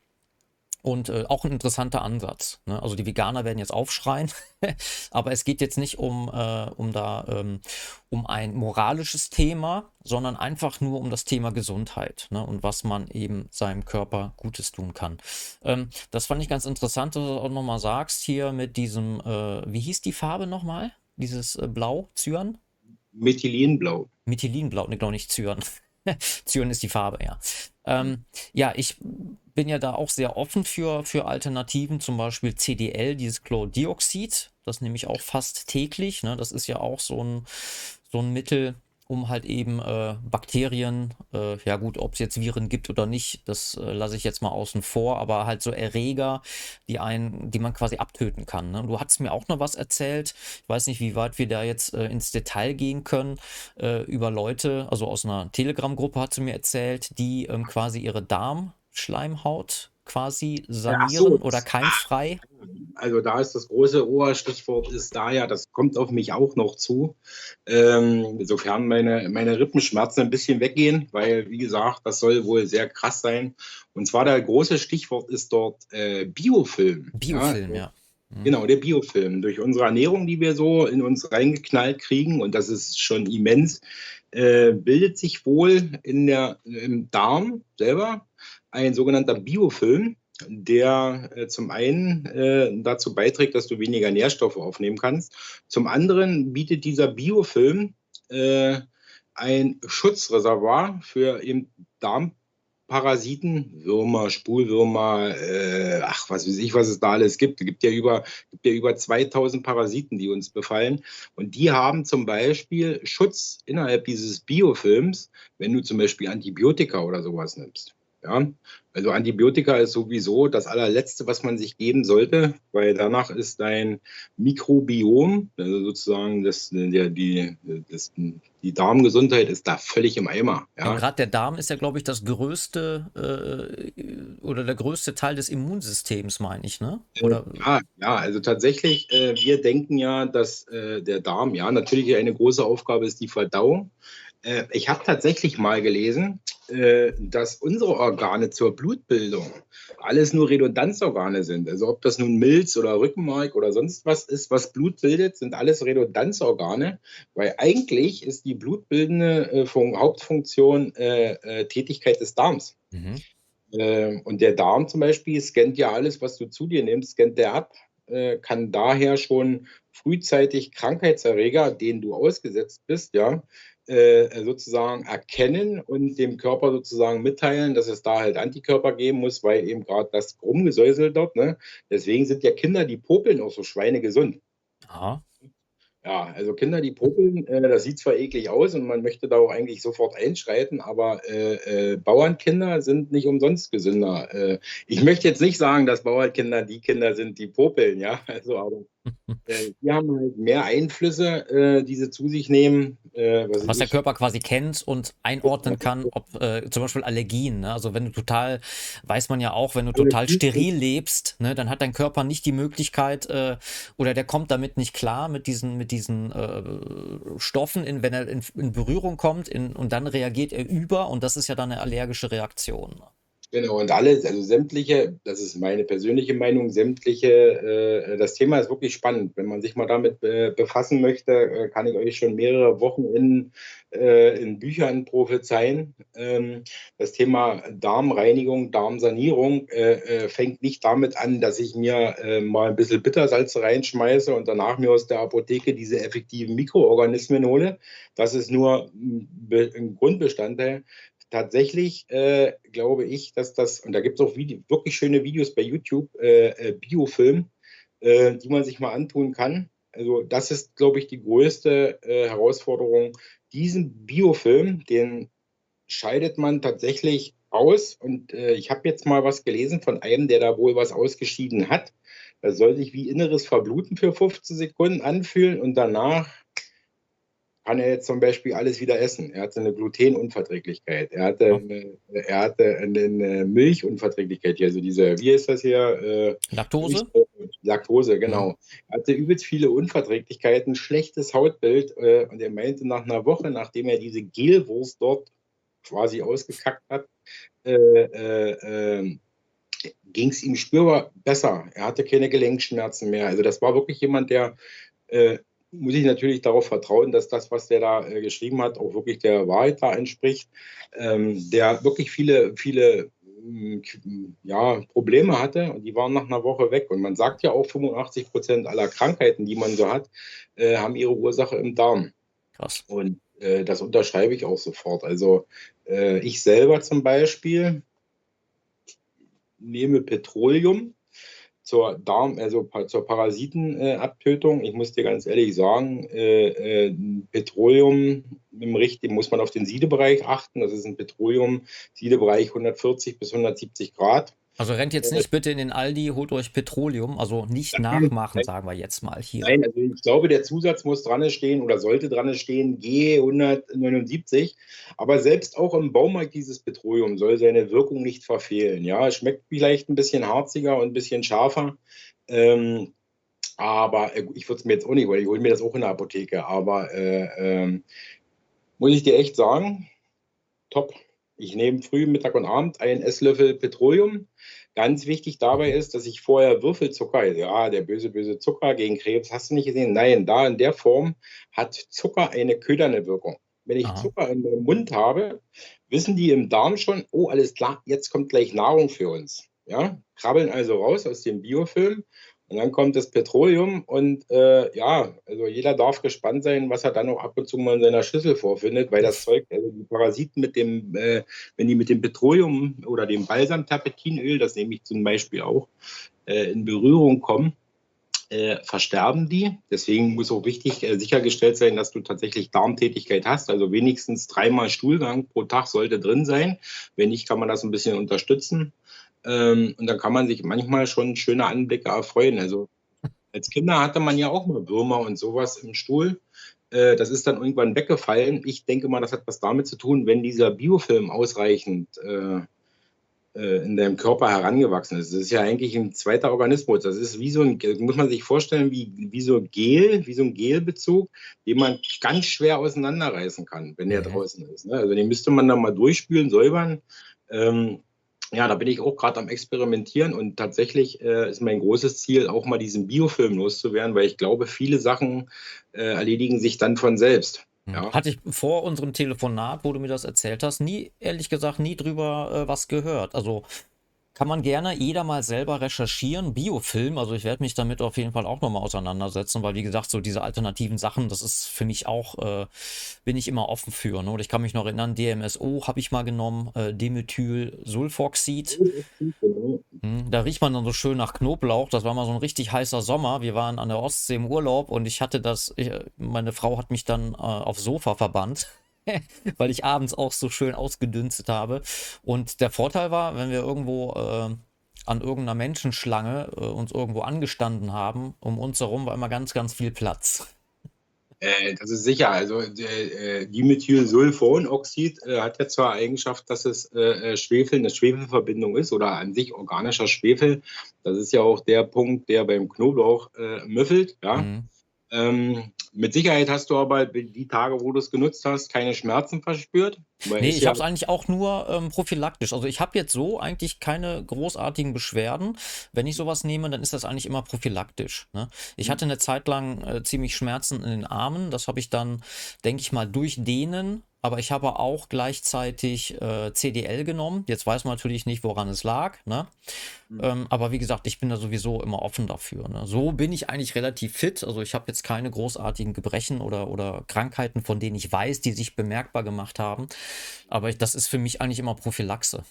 Und äh, auch ein interessanter Ansatz. Ne? Also die Veganer werden jetzt aufschreien, aber es geht jetzt nicht um, äh, um da ähm, um ein moralisches Thema, sondern einfach nur um das Thema Gesundheit, ne? Und was man eben seinem Körper Gutes tun kann. Ähm, das fand ich ganz interessant, dass du auch nochmal sagst hier mit diesem, äh, wie hieß die Farbe nochmal? Dieses äh, Blau, Cyan? Methylenblau. Methylenblau, ne, glaube nicht Cyan. Cyan ist die Farbe, ja. Ähm, ja, ich bin ja da auch sehr offen für, für Alternativen, zum Beispiel C D L, dieses Chlordioxid. Das nehme ich auch fast täglich. Ne? Das ist ja auch so ein, so ein Mittel, um halt eben äh, Bakterien, äh, ja gut, ob es jetzt Viren gibt oder nicht, das äh, lasse ich jetzt mal außen vor, aber halt so Erreger, die einen, die man quasi abtöten kann. Ne? Du hattest mir auch noch was erzählt, ich weiß nicht, wie weit wir da jetzt äh, ins Detail gehen können, äh, über Leute, also aus einer Telegram-Gruppe hat sie mir erzählt, die ähm, quasi ihre Darmschleimhaut quasi Ach sanieren so, oder keimfrei. also da ist das große Oberstichwort ist da ja, das kommt auf mich auch noch zu. Ähm, sofern meine, meine Rippenschmerzen ein bisschen weggehen, weil, wie gesagt, das soll wohl sehr krass sein. Und zwar der große Stichwort ist dort äh, Biofilm. Ja, Biofilm, ja. Mhm. Genau, der Biofilm. Durch unsere Ernährung, die wir so in uns reingeknallt kriegen, und das ist schon immens, äh, bildet sich wohl in der, im Darm selber ein sogenannter Biofilm, der äh, zum einen äh, dazu beiträgt, dass du weniger Nährstoffe aufnehmen kannst. Zum anderen bietet dieser Biofilm äh, ein Schutzreservoir für eben Darmparasiten, Würmer, Spulwürmer, äh, ach, was weiß ich, was es da alles gibt. Es gibt ja über, gibt ja über zweitausend Parasiten, die uns befallen. Und die haben zum Beispiel Schutz innerhalb dieses Biofilms, wenn du zum Beispiel Antibiotika oder sowas nimmst. Ja, also Antibiotika ist sowieso das allerletzte, was man sich geben sollte, weil danach ist dein Mikrobiom, also sozusagen das, der, die, das, die Darmgesundheit ist da völlig im Eimer. Ja, und Ja, gerade der Darm ist ja, glaube ich, das größte äh, oder der größte Teil des Immunsystems, meine ich, ne? Oder ja, ja, also tatsächlich, äh, wir denken ja, dass äh, der Darm, ja, natürlich eine große Aufgabe ist die Verdauung. Äh, ich habe tatsächlich mal gelesen, äh, dass unsere Organe zur Blutbildung alles nur Redundanzorgane sind. Also ob das nun Milz oder Rückenmark oder sonst was ist, was Blut bildet, sind alles Redundanzorgane, weil eigentlich ist die blutbildende äh, Fun Hauptfunktion äh, äh, Tätigkeit des Darms. mhm. Ähm, und der Darm zum Beispiel scannt ja alles, was du zu dir nimmst, scannt der ab, äh, kann daher schon frühzeitig Krankheitserreger, denen du ausgesetzt bist, ja, äh, sozusagen erkennen und dem Körper sozusagen mitteilen, dass es da halt Antikörper geben muss, weil eben gerade das rumgesäuselt dort, ne? Deswegen sind ja Kinder, die popeln, auch so schweinegesund. Aha. Ja, also Kinder, die popeln, äh, das sieht zwar eklig aus und man möchte da auch eigentlich sofort einschreiten, aber äh, äh, Bauernkinder sind nicht umsonst gesünder. Äh, ich möchte jetzt nicht sagen, dass Bauernkinder die Kinder sind, die popeln, ja, also aber äh, die haben halt mehr Einflüsse, äh, die sie zu sich nehmen, äh, was weiß Was der ich. Körper quasi kennt und einordnen kann, ob äh, zum Beispiel Allergien. Ne? Also wenn du total, weiß man ja auch, wenn du total steril lebst, ne, dann hat dein Körper nicht die Möglichkeit äh, oder der kommt damit nicht klar mit diesen, mit diesen äh, Stoffen, in, wenn er in, in Berührung kommt in, und dann reagiert er über und das ist ja dann eine allergische Reaktion. Genau, und alle, also sämtliche, das ist meine persönliche Meinung, sämtliche, äh, das Thema ist wirklich spannend. Wenn man sich mal damit äh, befassen möchte, äh, kann ich euch schon mehrere Wochen in, äh, in Büchern prophezeien. Ähm, das Thema Darmreinigung, Darmsanierung äh, äh, fängt nicht damit an, dass ich mir äh, mal ein bisschen Bittersalz reinschmeiße und danach mir aus der Apotheke diese effektiven Mikroorganismen hole. Das ist nur ein, Be- ein Grundbestandteil. Tatsächlich äh, glaube ich, dass das, und da gibt es auch Video, wirklich schöne Videos bei YouTube, äh, äh, Biofilm, äh, die man sich mal antun kann. Also das ist, glaube ich, die größte äh, Herausforderung. Diesen Biofilm, den scheidet man tatsächlich aus. Und äh, ich habe jetzt mal was gelesen von einem, der da wohl was ausgeschieden hat. Das soll sich wie inneres Verbluten für fünfzehn Sekunden anfühlen und danach kann er jetzt zum Beispiel alles wieder essen. Er hatte eine Glutenunverträglichkeit. Er hatte Ja. eine, er hatte eine Milchunverträglichkeit. Also diese, wie ist das hier? Äh, Milch, Laktose? Laktose, Mhm. genau. Er hatte übelst viele Unverträglichkeiten, schlechtes Hautbild. Äh, und er meinte, nach einer Woche, nachdem er diese Gelwurst dort quasi ausgekackt hat, äh, äh, äh, ging es ihm spürbar besser. Er hatte keine Gelenkschmerzen mehr. Also das war wirklich jemand, der äh, muss ich natürlich darauf vertrauen, dass das, was der da äh, geschrieben hat, auch wirklich der Wahrheit da entspricht. Ähm, der wirklich viele, viele ähm, ja, Probleme hatte und die waren nach einer Woche weg. Und man sagt ja auch, fünfundachtzig Prozent aller Krankheiten, die man so hat, äh, haben ihre Ursache im Darm. Krass. Und äh, das unterschreibe ich auch sofort. Also äh, ich selber zum Beispiel nehme Petroleum zur Darm, also pa- zur Parasitenabtötung. Ich muss dir ganz ehrlich sagen, äh, äh, Petroleum im richtigen muss man auf den Siedebereich achten. Das ist ein Petroleum, Siedebereich hundertvierzig bis hundertsiebzig Grad. Also rennt jetzt Äh, nicht bitte in den Aldi, holt euch Petroleum, also nicht nachmachen, sagen wir jetzt mal hier. Nein, also ich glaube, der Zusatz muss dran stehen oder sollte dran stehen, G hundertneunundsiebzig. Aber selbst auch im Baumarkt dieses Petroleum soll seine Wirkung nicht verfehlen. Ja, es schmeckt vielleicht ein bisschen harziger und ein bisschen scharfer. Ähm, aber äh, ich würde es mir jetzt auch nicht, weil ich hole mir das auch in der Apotheke. Aber äh, ähm, muss ich dir echt sagen, top. Ich nehme früh, Mittag und Abend einen Esslöffel Petroleum. Ganz wichtig dabei ist, dass ich vorher Würfelzucker, ja, der böse, böse Zucker gegen Krebs, hast du nicht gesehen? Nein, da in der Form hat Zucker eine ködernde Wirkung. Wenn ich Aha. Zucker in meinem Mund habe, wissen die im Darm schon, oh, alles klar, jetzt kommt gleich Nahrung für uns. Ja, krabbeln also raus aus dem Biofilm und dann kommt das Petroleum und äh, ja, also jeder darf gespannt sein, was er dann auch ab und zu mal in seiner Schüssel vorfindet, weil das Zeug, also die Parasiten mit dem, äh, wenn die mit dem Petroleum oder dem Balsamterpentinöl, das nehme ich zum Beispiel auch, äh, in Berührung kommen, äh, versterben die. Deswegen muss auch wichtig äh, sichergestellt sein, dass du tatsächlich Darmtätigkeit hast. Also wenigstens dreimal Stuhlgang pro Tag sollte drin sein. Wenn nicht, kann man das ein bisschen unterstützen. Ähm, und dann kann man sich manchmal schon schöne Anblicke erfreuen. Also als Kinder hatte man ja auch mal Würmer und sowas im Stuhl. Äh, das ist dann irgendwann weggefallen. Ich denke mal, das hat was damit zu tun, wenn dieser Biofilm ausreichend äh, äh, in deinem Körper herangewachsen ist. Das ist ja eigentlich ein zweiter Organismus. Das ist wie so ein, muss man sich vorstellen, wie, wie so Gel, wie so ein Gelbezug, den man ganz schwer auseinanderreißen kann, wenn der Mhm. draußen ist. Ne? Also den müsste man dann mal durchspülen, säubern. Ähm, ja, da bin ich auch gerade am Experimentieren und tatsächlich äh, ist mein großes Ziel, auch mal diesen Biofilm loszuwerden, weil ich glaube, viele Sachen äh, erledigen sich dann von selbst. Hm. Ja. Hatte ich vor unserem Telefonat, wo du mir das erzählt hast, nie, ehrlich gesagt, nie drüber äh, was gehört. Also kann man gerne jeder mal selber recherchieren. Biofilm, also ich werde mich damit auf jeden Fall auch nochmal auseinandersetzen, weil wie gesagt, so diese alternativen Sachen, das ist für mich auch, äh, bin ich immer offen für. Ne? Und ich kann mich noch erinnern, D M S O habe ich mal genommen, äh, Dimethylsulfoxid. Hm, Da riecht man dann so schön nach Knoblauch. Das war mal so ein richtig heißer Sommer. Wir waren an der Ostsee im Urlaub und ich hatte das, ich, meine Frau hat mich dann äh, aufs Sofa verbannt, weil ich abends auch so schön ausgedünstet habe. Und der Vorteil war, wenn wir irgendwo äh, an irgendeiner Menschenschlange äh, uns irgendwo angestanden haben, um uns herum war immer ganz, ganz viel Platz. Äh, das ist sicher. Also äh, Dimethylsulfonoxid äh, hat ja zwar Eigenschaft, dass es äh, Schwefel, eine Schwefelverbindung ist oder an sich organischer Schwefel. Das ist ja auch der Punkt, der beim Knoblauch äh, müffelt. Ja? Mhm. Ähm, mit Sicherheit hast du aber die Tage, wo du es genutzt hast, keine Schmerzen verspürt. Weil Nee, ist ich ja habe es eigentlich auch nur ähm, prophylaktisch. Also ich habe jetzt so eigentlich keine großartigen Beschwerden. Wenn ich sowas nehme, dann ist das eigentlich immer prophylaktisch. Ne? Ich hatte eine Zeit lang äh, ziemlich Schmerzen in den Armen. Das habe ich dann, denke ich mal, durch Dehnen. Aber ich habe auch gleichzeitig äh, C D L genommen. Jetzt weiß man natürlich nicht, woran es lag. Ne? Ähm, aber wie gesagt, ich bin da sowieso immer offen dafür. Ne? So bin ich eigentlich relativ fit. Also ich habe jetzt keine großartigen Gebrechen oder, oder Krankheiten, von denen ich weiß, die sich bemerkbar gemacht haben. Aber ich, das ist für mich eigentlich immer Prophylaxe.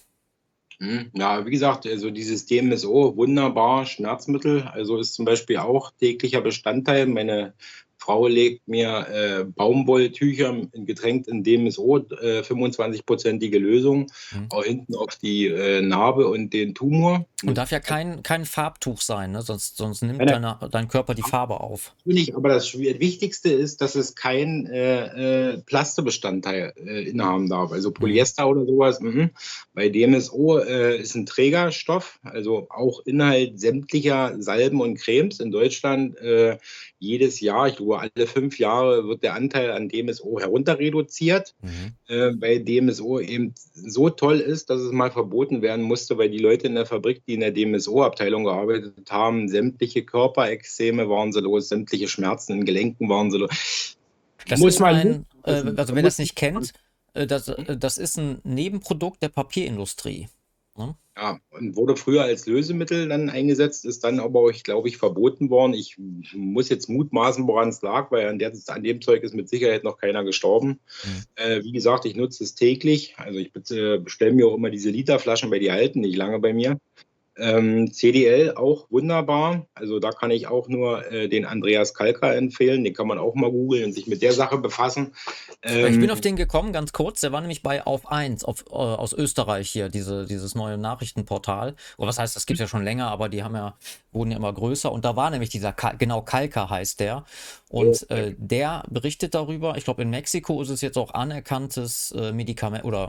Hm, ja, wie gesagt, also dieses D M S O, wunderbar, Schmerzmittel, also ist zum Beispiel auch täglicher Bestandteil. Meine Frau legt mir äh, Baumwolltücher getränkt in D M S O, äh, fünfundzwanzig-prozentige Lösung, Hm. auch hinten auf die äh, Narbe und den Tumor. Und Mit, darf ja kein, kein Farbtuch sein, ne? Sonst, sonst nimmt nein, deine, dein Körper die Farbe auf. natürlich, aber das Schwi- Wichtigste ist, dass es kein äh, äh, Plastebestandteil äh, innehaben darf, also Hm. Polyester oder sowas. Mhm. Bei D M S O äh, ist ein Trägerstoff, also auch Inhalt sämtlicher Salben und Cremes in Deutschland. Äh, jedes Jahr, ich glaube alle fünf Jahre, wird der Anteil an D M S O herunter reduziert, Mhm. äh, weil D M S O eben so toll ist, dass es mal verboten werden musste, weil die Leute in der Fabrik, die in der D M S O-Abteilung gearbeitet haben, sämtliche Körperexzeme waren sie los, sämtliche Schmerzen in Gelenken waren sie los. Das Muss ist man nicht ein, äh, wissen. also Da wer muss das nicht kennt, äh, das, äh, das ist ein Nebenprodukt der Papierindustrie. Ne? ja, und wurde früher als Lösemittel dann eingesetzt, ist dann aber, ich glaube ich, verboten worden. Ich muss jetzt mutmaßen, woran es lag, weil an, der, an dem Zeug ist mit Sicherheit noch keiner gestorben. Hm. Äh, wie gesagt, ich nutze es täglich. Also ich bestelle mir auch immer diese Literflaschen, weil die halten nicht lange bei mir. Ähm, C D L auch wunderbar. Also da kann ich auch nur äh, den Andreas Kalka empfehlen. Den kann man auch mal googeln und sich mit der Sache befassen. Ich bin auf Ähm, den gekommen, ganz kurz. Der war nämlich bei Auf eins auf, äh, aus Österreich hier, diese, dieses neue Nachrichtenportal. Oder was heißt, das gibt es ja schon länger, aber die haben ja, wurden ja immer größer. Und da war nämlich dieser, Ka genau, Kalka heißt der. Und äh, äh, der berichtet darüber. Ich glaube, in Mexiko ist es jetzt auch anerkanntes äh, Medikament oder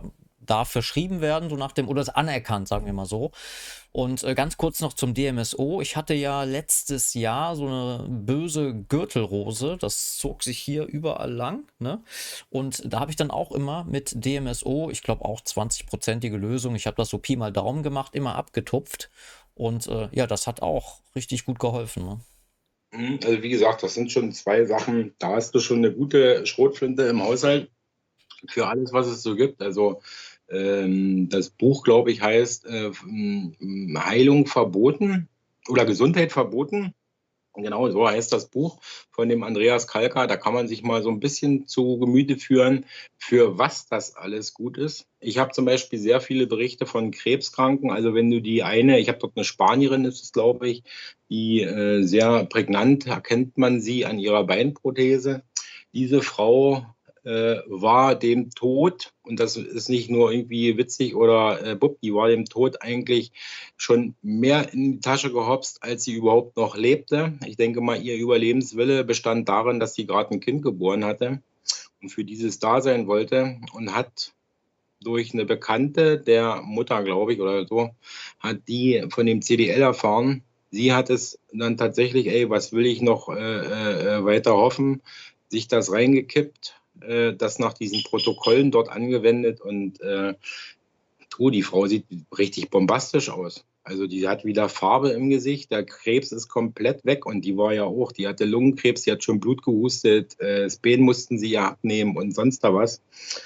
darf verschrieben werden, so nach dem, oder ist anerkannt, sagen wir mal so. Und äh, ganz kurz noch zum D M S O. Ich hatte ja letztes Jahr so eine böse Gürtelrose, das zog sich hier überall lang, ne? Und da habe ich dann auch immer mit D M S O, ich glaube auch zwanzig-prozentige Lösung, ich habe das so Pi mal Daumen gemacht, immer abgetupft. Und äh, ja, das hat auch richtig gut geholfen, ne? Mhm. Also wie gesagt, das sind schon zwei Sachen. Da hast du schon eine gute Schrotflinte im Haushalt für alles, was es so gibt. Also ähm, das Buch, glaube ich, heißt äh, Heilung verboten oder Gesundheit verboten. Genau, so heißt das Buch von dem Andreas Kalka. Da kann man sich mal so ein bisschen zu Gemüte führen, für was das alles gut ist. Ich habe zum Beispiel sehr viele Berichte von Krebskranken. Also wenn du die eine, ich habe dort eine Spanierin, ist es, glaube ich, die äh, sehr prägnant, erkennt man sie an ihrer Beinprothese. Diese Frau äh, war dem Tod, und das ist nicht nur irgendwie witzig oder äh, bupp, die war dem Tod eigentlich schon mehr in die Tasche gehopst, als sie überhaupt noch lebte. Ich denke mal, ihr Überlebenswille bestand darin, dass sie gerade ein Kind geboren hatte und für dieses da sein wollte, und hat durch eine Bekannte der Mutter, glaube ich, oder so, hat die von dem C D L erfahren. Sie hat es dann tatsächlich, ey, was will ich noch äh, äh, weiter hoffen, sich das reingekippt, äh, das nach diesen Protokollen dort angewendet, und äh, tu, die Frau sieht richtig bombastisch aus. Also die hat wieder Farbe im Gesicht, der Krebs ist komplett weg, und die war ja auch, die hatte Lungenkrebs, die hat schon Blut gehustet, äh, das Bein mussten sie ja abnehmen und sonst da was.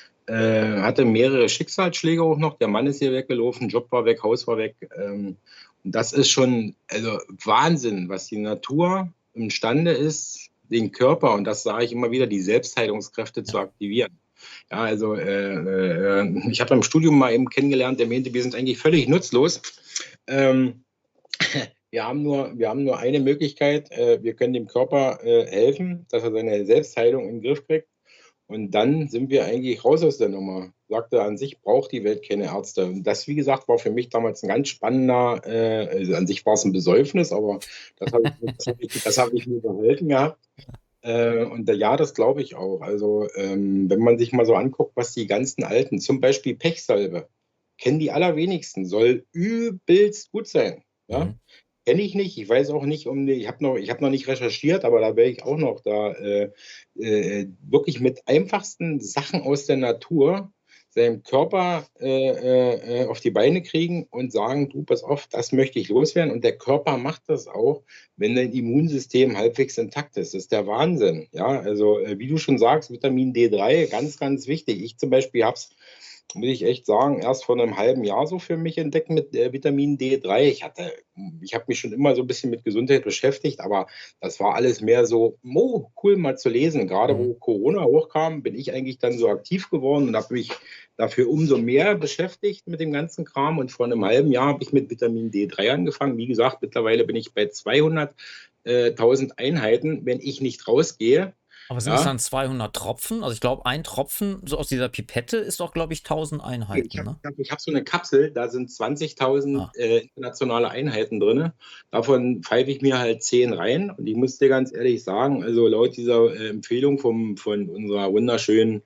Äh, hatte mehrere Schicksalsschläge auch noch, der Mann ist hier weggelaufen, Job war weg, Haus war weg. Ähm, und das ist schon, also Wahnsinn, was die Natur imstande ist, den Körper, und das sage ich immer wieder, die Selbstheilungskräfte zu aktivieren. Ja, also äh, äh, ich habe im Studium mal eben kennengelernt, der meinte, wir sind eigentlich völlig nutzlos. Ähm, wir, haben nur, wir haben nur eine Möglichkeit, äh, wir können dem Körper äh, helfen, dass er seine Selbstheilung in den Griff kriegt. Und dann sind wir eigentlich raus aus der Nummer. Sagte, an sich braucht die Welt keine Ärzte. Und das, wie gesagt, war für mich damals ein ganz spannender, äh, also an sich war es ein Besäufnis, aber das habe ich, das hab ich, das hab ich mir behalten gehabt. Äh, und äh, ja, das glaube ich auch. Also ähm, wenn man sich mal so anguckt, was die ganzen Alten, zum Beispiel Pechsalbe, kennen die allerwenigsten, soll übelst gut sein. Ja? Mhm. Kenne ich nicht. Ich weiß auch nicht, um die, ich habe noch, ich habe noch nicht recherchiert, aber da wäre ich auch noch da äh, äh, wirklich mit einfachsten Sachen aus der Natur seinem Körper äh, äh, auf die Beine kriegen und sagen, du, pass auf, das möchte ich loswerden. Und der Körper macht das auch, wenn dein Immunsystem halbwegs intakt ist. Das ist der Wahnsinn. Ja, also äh, wie du schon sagst, Vitamin D drei, ganz, ganz wichtig. Ich zum Beispiel habe es, muss ich echt sagen, erst vor einem halben Jahr so für mich entdeckt mit äh, Vitamin D drei. Ich hatte, ich habe mich schon immer so ein bisschen mit Gesundheit beschäftigt, aber das war alles mehr so, oh, cool mal zu lesen. Gerade wo Mhm. Corona hochkam, bin ich eigentlich dann so aktiv geworden und habe mich dafür umso mehr beschäftigt mit dem ganzen Kram. Und vor einem halben Jahr habe ich mit Vitamin D drei angefangen. Wie gesagt, mittlerweile bin ich bei zweihunderttausend Einheiten, wenn ich nicht rausgehe. Aber sind es Ja, dann zweihundert Tropfen? Also ich glaube, ein Tropfen so aus dieser Pipette ist doch, glaube ich, tausend ich Einheiten, habe ne? ich hab, ich hab so eine Kapsel, da sind zwanzigtausend Ah. äh, internationale Einheiten drin. Davon pfeife ich mir halt zehn rein. Und ich muss dir ganz ehrlich sagen, also laut dieser äh, Empfehlung vom, von unserer wunderschönen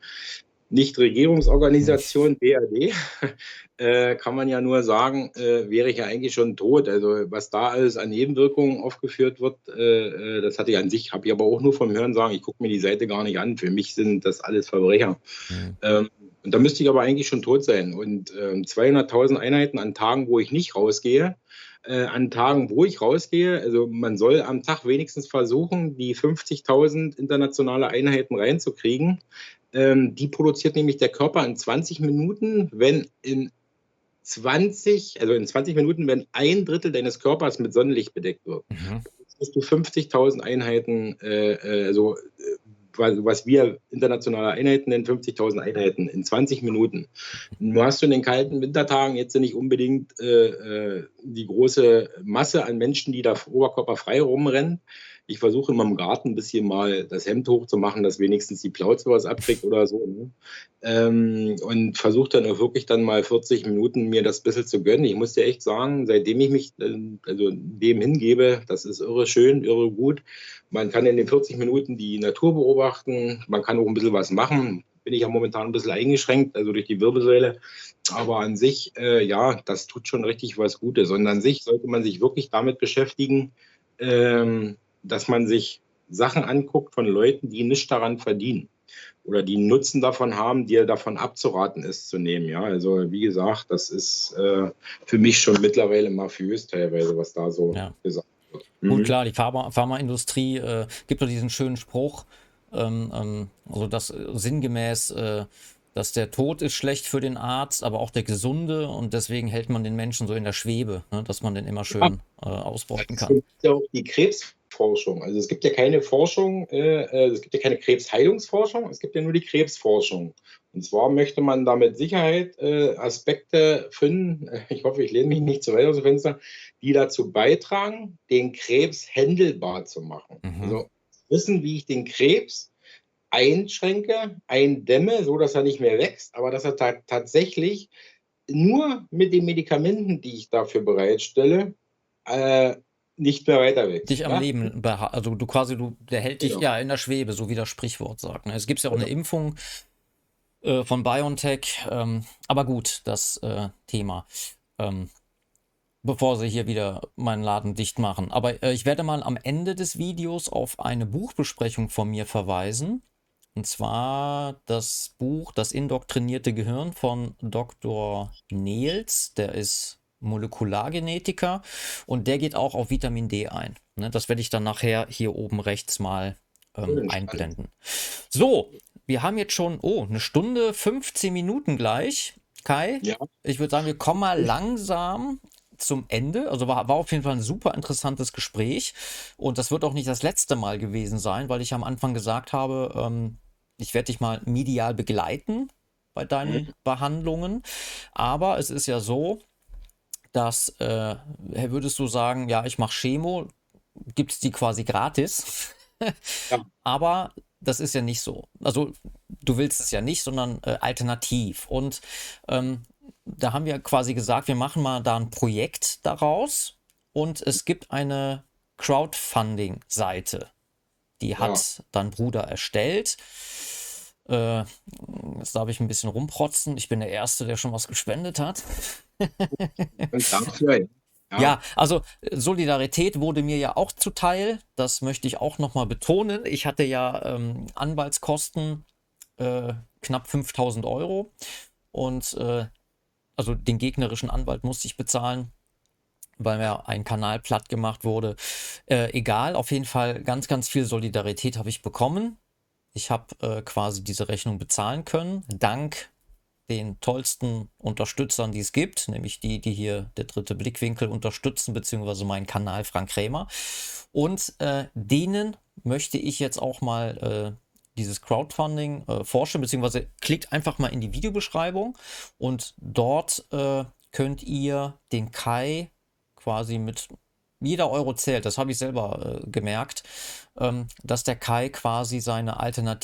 Nichtregierungsorganisation B R D, äh, kann man ja nur sagen, äh, wäre ich ja eigentlich schon tot. Also was da alles an Nebenwirkungen aufgeführt wird, äh, das hatte ich an sich, habe ich aber auch nur vom Hören sagen, ich gucke mir die Seite gar nicht an. Für mich sind das alles Verbrecher. Mhm. Ähm, und da müsste ich aber eigentlich schon tot sein. Und ähm, zweihunderttausend Einheiten an Tagen, wo ich nicht rausgehe, äh, an Tagen, wo ich rausgehe, also man soll am Tag wenigstens versuchen, die fünfzigtausend internationale Einheiten reinzukriegen. Ähm, die produziert nämlich der Körper in zwanzig Minuten, wenn in zwanzig, also in zwanzig Minuten, wenn ein Drittel deines Körpers mit Sonnenlicht bedeckt wird, Mhm. produzierst du fünfzigtausend Einheiten, äh, äh, also äh, was wir internationale Einheiten nennen, fünfzigtausend Einheiten in zwanzig Minuten. Nur hast du in den kalten Wintertagen jetzt nicht unbedingt äh, äh, die große Masse an Menschen, die da oberkörperfrei rumrennen. Ich versuche immer im Garten ein bisschen mal das Hemd hochzumachen, dass wenigstens die Plauze was abkriegt oder so. Ne? Ähm, und versuche dann auch wirklich dann mal vierzig Minuten mir das ein bisschen zu gönnen. Ich muss dir echt sagen, seitdem ich mich äh, also dem hingebe, das ist irre schön, irre gut. Man kann in den vierzig Minuten die Natur beobachten, man kann auch ein bisschen was machen. bin ich ja momentan ein bisschen eingeschränkt, also durch die Wirbelsäule. Aber an sich, äh, ja, das tut schon richtig was Gutes. Und an sich sollte man sich wirklich damit beschäftigen, ähm, dass man sich Sachen anguckt von Leuten, die nichts daran verdienen oder die einen Nutzen davon haben, dir davon abzuraten ist zu nehmen. Ja, also wie gesagt, das ist äh, für mich schon mittlerweile mafiös teilweise, was da so Ja. gesagt wird. Gut, Mhm. klar, die Pharma Pharmaindustrie äh, gibt doch diesen schönen Spruch, ähm, ähm, also das äh, sinngemäß, äh, dass der Tod ist schlecht für den Arzt, aber auch der Gesunde und deswegen hält man den Menschen so in der Schwebe, ne, dass man den immer Ja, schön äh, ausbeuten es kann. gibt ja auch die Krebsforschung. Also es gibt ja keine Forschung, äh, äh, es gibt ja keine Krebsheilungsforschung, es gibt ja nur die Krebsforschung. Und zwar möchte man da mit Sicherheit äh, Aspekte finden, äh, ich hoffe, ich lehne mich nicht zu weit aus dem Fenster, die dazu beitragen, den Krebs händelbar zu machen. Mhm. Also wissen, wie ich den Krebs einschränke, eindämme, so dass er nicht mehr wächst, aber dass er ta tatsächlich nur mit den Medikamenten, die ich dafür bereitstelle, äh, nicht mehr weiter wächst. Dich am Ja? Leben, beha- also du quasi, du, der hält dich Genau. ja in der Schwebe, so wie das Sprichwort sagt. Ne? Es gibt ja auch eine Impfung äh, von BioNTech, ähm, aber gut, das äh, Thema. Ähm, bevor sie hier wieder meinen Laden dicht machen. Aber äh, ich werde mal am Ende des Videos auf eine Buchbesprechung von mir verweisen. Und zwar das Buch Das indoktrinierte Gehirn von Doktor Nehls. Der ist Molekulargenetiker und der geht auch auf Vitamin D ein. Ne, das werde ich dann nachher hier oben rechts mal ähm, Schön spannend. einblenden. So, wir haben jetzt schon, oh, eine Stunde, fünfzehn Minuten gleich. Kai, Ja, ich würde sagen, wir kommen mal langsam zum Ende. Also war, war auf jeden Fall ein super interessantes Gespräch. Und das wird auch nicht das letzte Mal gewesen sein, weil ich am Anfang gesagt habe, ähm, ich werde dich mal medial begleiten bei deinen mhm. Behandlungen. Aber es ist ja so, dass, äh, würdest du sagen, ja, ich mache Chemo, gibt es die quasi gratis. Ja, Aber das ist ja nicht so. Also du willst es ja nicht, sondern äh, alternativ. Und ähm, da haben wir quasi gesagt, wir machen mal da ein Projekt daraus. Und es gibt eine Crowdfunding-Seite. Die ja. hat dein Bruder erstellt. Äh, jetzt darf ich ein bisschen rumprotzen. Ich bin der Erste, der schon was gespendet hat. Und dafür, ja, Ja, also äh, Solidarität wurde mir ja auch zuteil. Das möchte ich auch nochmal betonen. Ich hatte ja ähm, Anwaltskosten äh, knapp fünftausend Euro und äh, also den gegnerischen Anwalt musste ich bezahlen, weil mir ein Kanal platt gemacht wurde. Äh, egal, auf jeden Fall ganz, ganz viel Solidarität habe ich bekommen. Ich habe äh, quasi diese Rechnung bezahlen können, dank den tollsten Unterstützern, die es gibt, nämlich die, die hier der dritte Blickwinkel unterstützen, beziehungsweise meinen Kanal Frank Krämer. Und äh, denen möchte ich jetzt auch mal äh, dieses Crowdfunding äh, vorstellen, beziehungsweise klickt einfach mal in die Videobeschreibung und dort äh, könnt ihr den Kai quasi mit jeder Euro zählt, das habe ich selber äh, gemerkt, ähm, dass der Kai quasi seine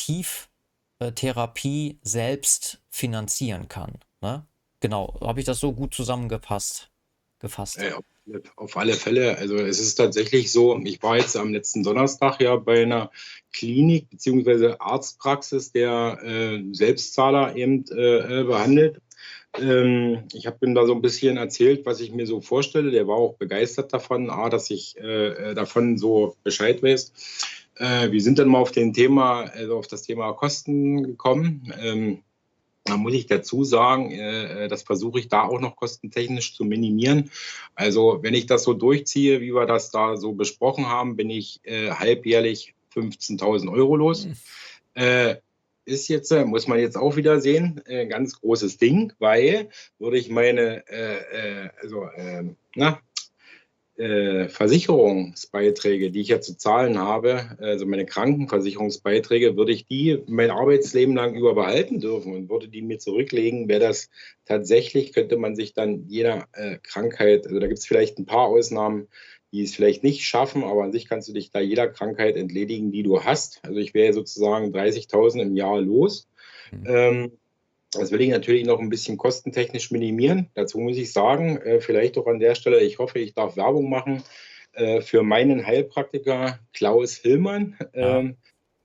Alternativtherapie selbst finanzieren kann. Ne? Genau, habe ich das so gut zusammengepasst, gefasst. äh, auf auf alle Fälle. Also es ist tatsächlich so, ich war jetzt am letzten Donnerstag ja bei einer Klinik beziehungsweise Arztpraxis, der äh, Selbstzahler eben äh, äh, behandelt. Ähm, ich habe ihm da so ein bisschen erzählt, was ich mir so vorstelle. Der war auch begeistert davon, A, dass ich äh, davon so Bescheid weiß. Äh, wir sind dann mal auf den Thema, also auf das Thema Kosten gekommen. Ähm, da muss ich dazu sagen, äh, das versuche ich da auch noch kostentechnisch zu minimieren. Also wenn ich das so durchziehe, wie wir das da so besprochen haben, bin ich äh, halbjährlich fünfzehntausend Euro los. Hm. Äh, ist jetzt, äh, muss man jetzt auch wieder sehen, ein äh, ganz großes Ding, weil würde ich meine, äh, äh, also, äh, na, äh, Versicherungsbeiträge, die ich ja zu zahlen habe, also meine Krankenversicherungsbeiträge, würde ich die mein Arbeitsleben lang über behalten dürfen und würde die mir zurücklegen, wäre das tatsächlich, könnte man sich dann jeder äh, Krankheit, also da gibt es vielleicht ein paar Ausnahmen, die es vielleicht nicht schaffen, aber an sich kannst du dich da jeder Krankheit entledigen, die du hast. Also ich wäre sozusagen dreißigtausend im Jahr los. Hm. Ähm, Das will ich natürlich noch ein bisschen kostentechnisch minimieren. Dazu muss ich sagen, äh, vielleicht auch an der Stelle, ich hoffe, ich darf Werbung machen äh, für meinen Heilpraktiker Klaus Hillmann. Ja. Ähm,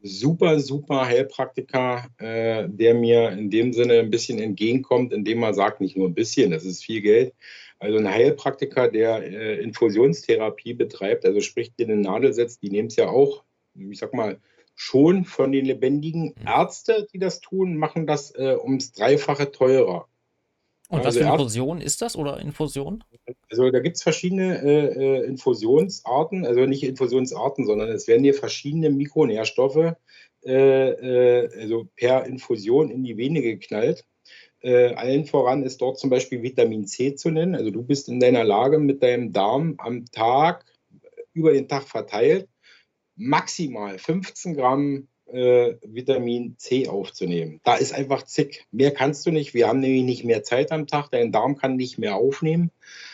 super, super Heilpraktiker, äh, der mir in dem Sinne ein bisschen entgegenkommt, indem er sagt, nicht nur ein bisschen, das ist viel Geld. Also ein Heilpraktiker, der äh, Infusionstherapie betreibt, also sprich, dir eine Nadel setzt, die nehmen es ja auch, ich sag mal, schon von den lebendigen Mhm. Ärzte, die das tun, machen das äh, ums Dreifache teurer. Ja, Und was also für Ärzte, Infusion ist das oder Infusion? also da gibt es verschiedene äh, äh, Infusionsarten, also nicht Infusionsarten, sondern es werden dir verschiedene Mikronährstoffe äh, äh, also per Infusion in die Vene geknallt. Äh, allen voran ist dort zum Beispiel Vitamin C zu nennen. Also du bist in deiner Lage mit deinem Darm am Tag, über den Tag verteilt, maximal fünfzehn Gramm äh, Vitamin C aufzunehmen. Da ist einfach zick. Mehr kannst du nicht. Wir haben nämlich nicht mehr Zeit am Tag. Dein Darm kann nicht mehr aufnehmen.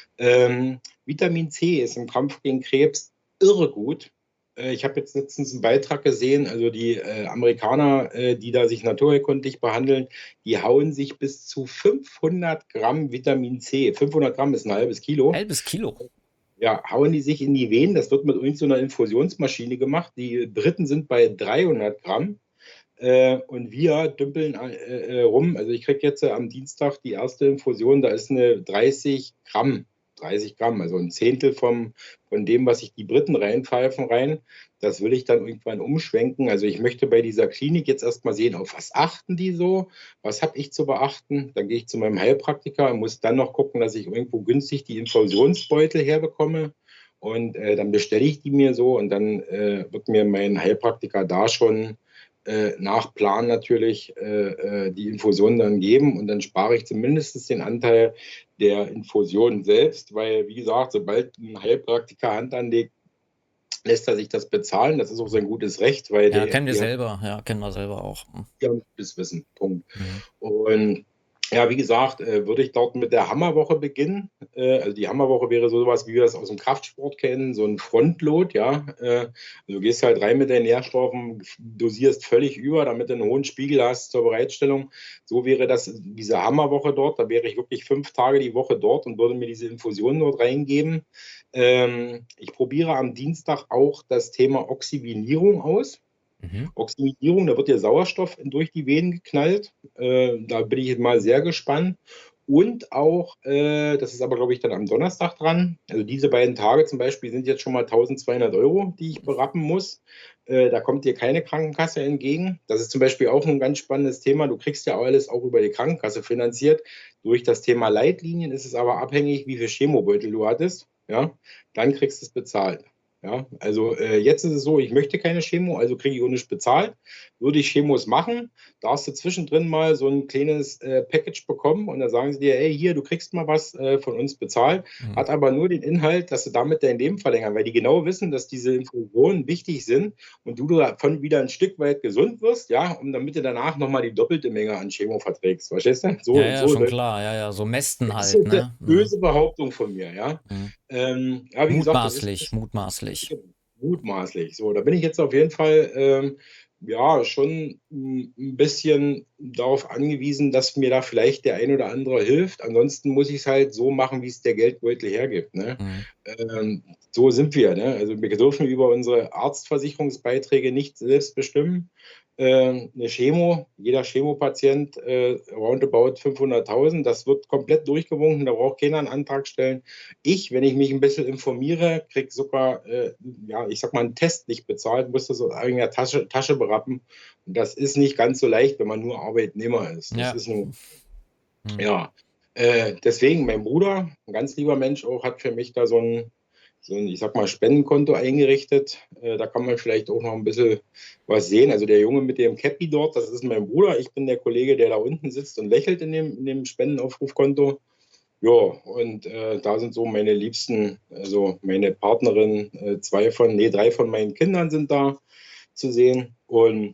Ähm, Vitamin C ist im Kampf gegen Krebs irre gut. Äh, ich habe jetzt letztens einen Beitrag gesehen, also die äh, Amerikaner, äh, die da sich naturheilkundlich behandeln, die hauen sich bis zu fünfhundert Gramm Vitamin C. fünfhundert Gramm ist ein halbes Kilo. Halbes Kilo. Ja, hauen die sich in die Venen. Das wird mit irgendeiner so Infusionsmaschine gemacht. Die Briten sind bei dreihundert Gramm. Äh, und wir dümpeln äh, äh, rum. Also ich kriege jetzt äh, am Dienstag die erste Infusion, da ist eine dreißig Gramm, dreißig Gramm, also ein Zehntel vom, von dem, was sich die Briten reinpfeifen rein. Das will ich dann irgendwann umschwenken. Also ich möchte bei dieser Klinik jetzt erstmal sehen, auf was achten die so, was habe ich zu beachten. Dann gehe ich zu meinem Heilpraktiker und muss dann noch gucken, dass ich irgendwo günstig die Infusionsbeutel herbekomme. Und äh, dann bestelle ich die mir so und dann äh, wird mir mein Heilpraktiker da schon äh, nach Plan natürlich äh, äh, die Infusion dann geben und dann spare ich zumindest den Anteil der Infusion selbst, weil, wie gesagt, sobald ein Heilpraktiker Hand anlegt, lässt er sich das bezahlen. Das ist auch sein gutes Recht, weil Ja, der, kennen wir die haben selber. Ja, kennen wir selber auch. ja ein gutes Wissen. Punkt. Mhm. Und ja, wie gesagt, äh, würde ich dort mit der Hammerwoche beginnen. Äh, also die Hammerwoche wäre so sowas, wie wir das aus dem Kraftsport kennen, so ein Frontload, ja. Äh, also du gehst halt rein mit deinen Nährstoffen, dosierst völlig über, damit du einen hohen Spiegel hast zur Bereitstellung. So wäre das diese Hammerwoche dort. Da wäre ich wirklich fünf Tage die Woche dort und würde mir diese Infusion dort reingeben. Ähm, ich probiere am Dienstag auch das Thema Oxygenierung aus. Mhm. Oxidierung, da wird ja Sauerstoff durch die Venen geknallt. Äh, da bin ich mal sehr gespannt. Und auch, äh, das ist aber, glaube ich, dann am Donnerstag dran. Also diese beiden Tage zum Beispiel sind jetzt schon mal tausendzweihundert Euro, die ich berappen muss. Äh, da kommt dir keine Krankenkasse entgegen. Das ist zum Beispiel auch ein ganz spannendes Thema. Du kriegst ja alles auch über die Krankenkasse finanziert. Durch das Thema Leitlinien ist es aber abhängig, wie viel Chemobeutel du hattest. Ja, dann kriegst du es bezahlt. Ja, also äh, jetzt ist es so, ich möchte keine Chemo, also kriege ich auch nicht bezahlt. Würde ich Chemos machen, darfst du zwischendrin mal so ein kleines äh, Package bekommen und dann sagen sie dir, ey, hier, du kriegst mal was äh, von uns bezahlt, Mhm. hat aber nur den Inhalt, dass du damit dein Leben verlängern, weil die genau wissen, dass diese Infusionen wichtig sind und du davon wieder ein Stück weit gesund wirst, ja, und damit du danach nochmal die doppelte Menge an Chemo verträgst, verstehst du? Ja, So, ja, so schon läuft klar. Ja, ja, so Mästen das ist halt, jetzt eine ne? Mhm. böse Behauptung von mir, ja. Mhm. Ähm, ja, wie gesagt, das ist Mutmaßlich, mutmaßlich. mutmaßlich. So, da bin ich jetzt auf jeden Fall ähm, ja schon ein bisschen darauf angewiesen, dass mir da vielleicht der ein oder andere hilft. Ansonsten muss ich es halt so machen, wie es der Geldbeutel hergibt. Ne? Mhm. Ähm, so sind wir. Ne? Also wir dürfen über unsere Arztversicherungsbeiträge nicht selbst bestimmen. Ähm, eine Chemo, jeder Chemopatient äh, roundabout fünfhunderttausend, das wird komplett durchgewunken, da braucht keiner einen Antrag stellen. Ich, wenn ich mich ein bisschen informiere, kriege sogar, äh, ja, ich sag mal, einen Test nicht bezahlt, muss das aus eigener Tasche, Tasche berappen. Und das ist nicht ganz so leicht, wenn man nur Arbeitnehmer ist. Das Ja. ist nur, Mhm. ja. Äh, deswegen, mein Bruder, ein ganz lieber Mensch auch, hat für mich da so ein, so ein, ich sag mal, Spendenkonto eingerichtet. Äh, da kann man vielleicht auch noch ein bisschen was sehen. Also der Junge mit dem Cappy dort, das ist mein Bruder. Ich bin der Kollege, der da unten sitzt und lächelt in dem, in dem Spendenaufrufkonto. Ja, und äh, da sind so meine Liebsten, also meine Partnerin, äh, zwei von, nee, drei von meinen Kindern sind da zu sehen. Und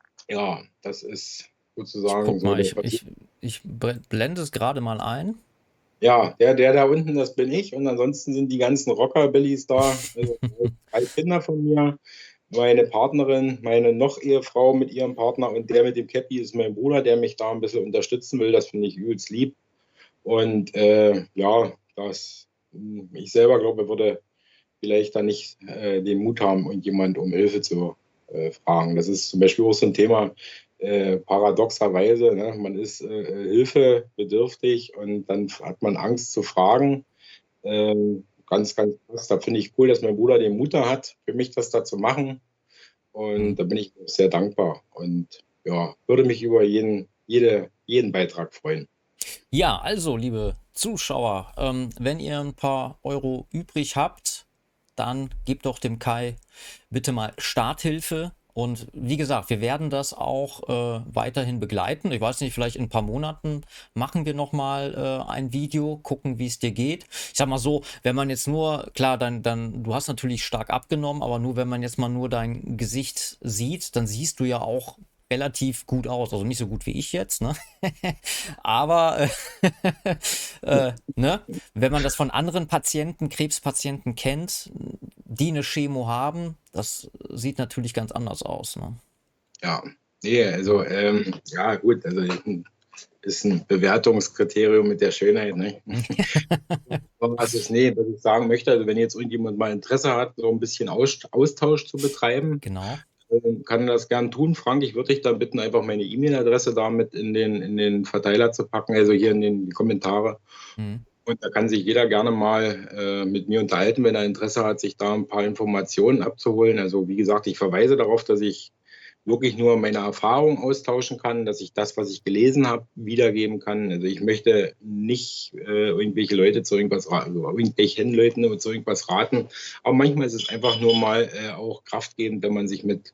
ja, das ist Ich sozusagen guck so mal, der ich, Papier. ich, ich blende es gerade mal ein. Ja, der, der da unten, das bin ich. Und ansonsten sind die ganzen Rockabillies da. Also drei Kinder von mir, meine Partnerin, meine noch-Ehefrau mit ihrem Partner und der mit dem Cappy ist mein Bruder, der mich da ein bisschen unterstützen will. Das finde ich übelst lieb. Und äh, ja, das, ich selber glaube, würde vielleicht da nicht äh, den Mut haben und jemand um Hilfe zu äh, fragen. Das ist zum Beispiel auch so ein Thema, äh, paradoxerweise, ne? Man ist äh, hilfebedürftig und dann hat man Angst zu fragen. Ähm, ganz, ganz krass. Da finde ich cool, dass mein Bruder den Mut hat, für mich das da zu machen. Und Mhm. da bin ich sehr dankbar und ja, würde mich über jeden, jede, jeden Beitrag freuen. Ja, also, liebe Zuschauer, ähm, wenn ihr ein paar Euro übrig habt, dann gebt doch dem Kai bitte mal Starthilfe. Und wie gesagt, wir werden das auch äh, weiterhin begleiten. Ich weiß nicht, vielleicht in ein paar Monaten machen wir nochmal äh, ein Video, gucken, wie es dir geht. Ich sag mal so, wenn man jetzt nur, klar, dann, dann, du hast natürlich stark abgenommen, aber nur wenn man jetzt mal nur dein Gesicht sieht, dann siehst du ja auch relativ gut aus. Also nicht so gut wie ich jetzt, ne? Aber äh, äh, ne? Wenn man das von anderen Patienten, Krebspatienten kennt, die eine Chemo haben, das sieht natürlich ganz anders aus. Ne? Ja, nee, also ähm, ja gut, also ist ein Bewertungskriterium mit der Schönheit, ne? Was ist, nee, was ich sagen möchte, also wenn jetzt irgendjemand mal Interesse hat, so ein bisschen Aus Austausch zu betreiben, Genau. ähm, kann das gern tun. Frank, ich würde dich dann bitten, einfach meine E-Mail-Adresse damit in den, in den Verteiler zu packen, also hier in den, die Kommentare. Mhm. Und da kann sich jeder gerne mal äh, mit mir unterhalten, wenn er Interesse hat, sich da ein paar Informationen abzuholen. Also wie gesagt, ich verweise darauf, dass ich wirklich nur meine Erfahrungen austauschen kann, dass ich das, was ich gelesen habe, wiedergeben kann. Also ich möchte nicht äh, irgendwelche Leute zu irgendwas raten, also irgendwelchen Leuten zu irgendwas raten. Aber manchmal ist es einfach nur mal äh, auch kraftgebend, wenn man sich mit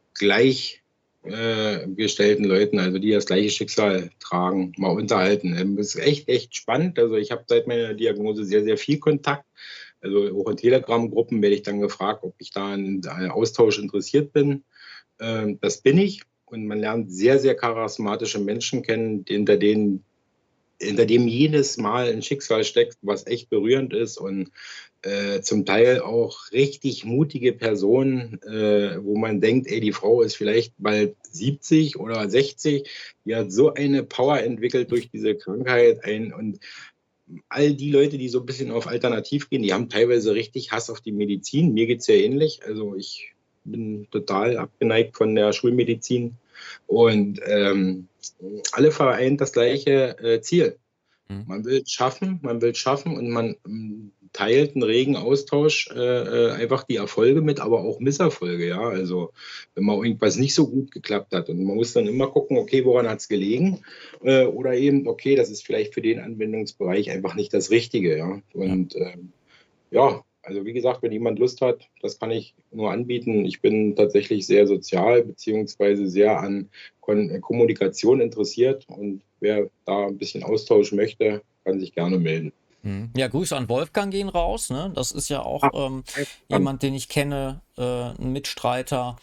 gleichgestellten äh, Leuten, also die das gleiche Schicksal tragen, mal unterhalten. Ähm, das ist echt, echt spannend. Also ich habe seit meiner Diagnose sehr, sehr viel Kontakt. Also auch in Telegram-Gruppen werde ich dann gefragt, ob ich da an einen Austausch interessiert bin. Ähm, das bin ich. Und man lernt sehr, sehr charismatische Menschen kennen, hinter denen hinter dem jedes Mal ein Schicksal steckt, was echt berührend ist und äh, zum Teil auch richtig mutige Personen, äh, wo man denkt, ey, die Frau ist vielleicht bald siebzig oder sechzig, die hat so eine Power entwickelt durch diese Krankheit ein und all die Leute, die so ein bisschen auf Alternativ gehen, die haben teilweise richtig Hass auf die Medizin. Mir geht es ja ähnlich. Also ich bin total abgeneigt von der Schulmedizin und ähm, alle vereint das gleiche äh, Ziel. Mhm. Man will es schaffen, man will es schaffen und man ähm, teilt einen regen Austausch, äh, äh, einfach die Erfolge mit, aber auch Misserfolge, ja. Also wenn mal irgendwas nicht so gut geklappt hat und man muss dann immer gucken, okay, woran hat es gelegen? Äh, oder eben, okay, das ist vielleicht für den Anwendungsbereich einfach nicht das Richtige, ja. Ja. Und ähm, ja, also wie gesagt, wenn jemand Lust hat, das kann ich nur anbieten. Ich bin tatsächlich sehr sozial beziehungsweise sehr an Kon Kommunikation interessiert und wer da ein bisschen Austausch möchte, kann sich gerne melden. Mhm. Ja, Grüße an Wolfgang gehen raus. Ne? Das ist ja auch Ah, ähm, dann. jemand, den ich kenne, äh, ein Mitstreiter,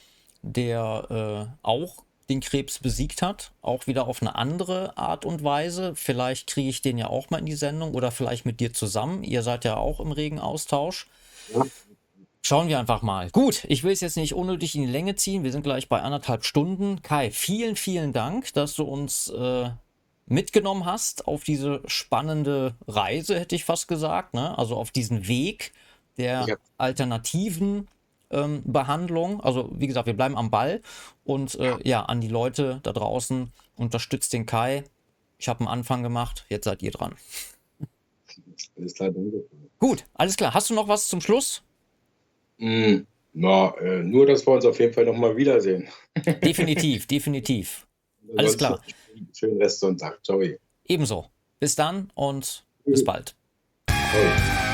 der äh, auch den Krebs besiegt hat, auch wieder auf eine andere Art und Weise. Vielleicht kriege ich den ja auch mal in die Sendung oder vielleicht mit dir zusammen. Ihr seid ja auch im regen Austausch. Ja, Schauen wir einfach mal. Gut, ich will es jetzt nicht unnötig in die Länge ziehen. Wir sind gleich bei anderthalb Stunden. Kai, vielen, vielen Dank, dass du uns äh, mitgenommen hast auf diese spannende Reise, hätte ich fast gesagt. Ne? Also auf diesen Weg ich der hab, alternativen ähm, Behandlung. Also wie gesagt, wir bleiben am Ball. Und äh, ja, an die Leute da draußen, unterstützt den Kai. Ich habe einen Anfang gemacht, jetzt seid ihr dran. alles klar, danke. Gut, alles klar. Hast du noch was zum Schluss? Hm, na, äh, nur, dass wir uns auf jeden Fall nochmal wiedersehen. Definitiv, definitiv. Alles Ansonsten klar. noch einen schönen Restsonntag. Ciao. Ebenso. Bis dann und bis bald. Ciao.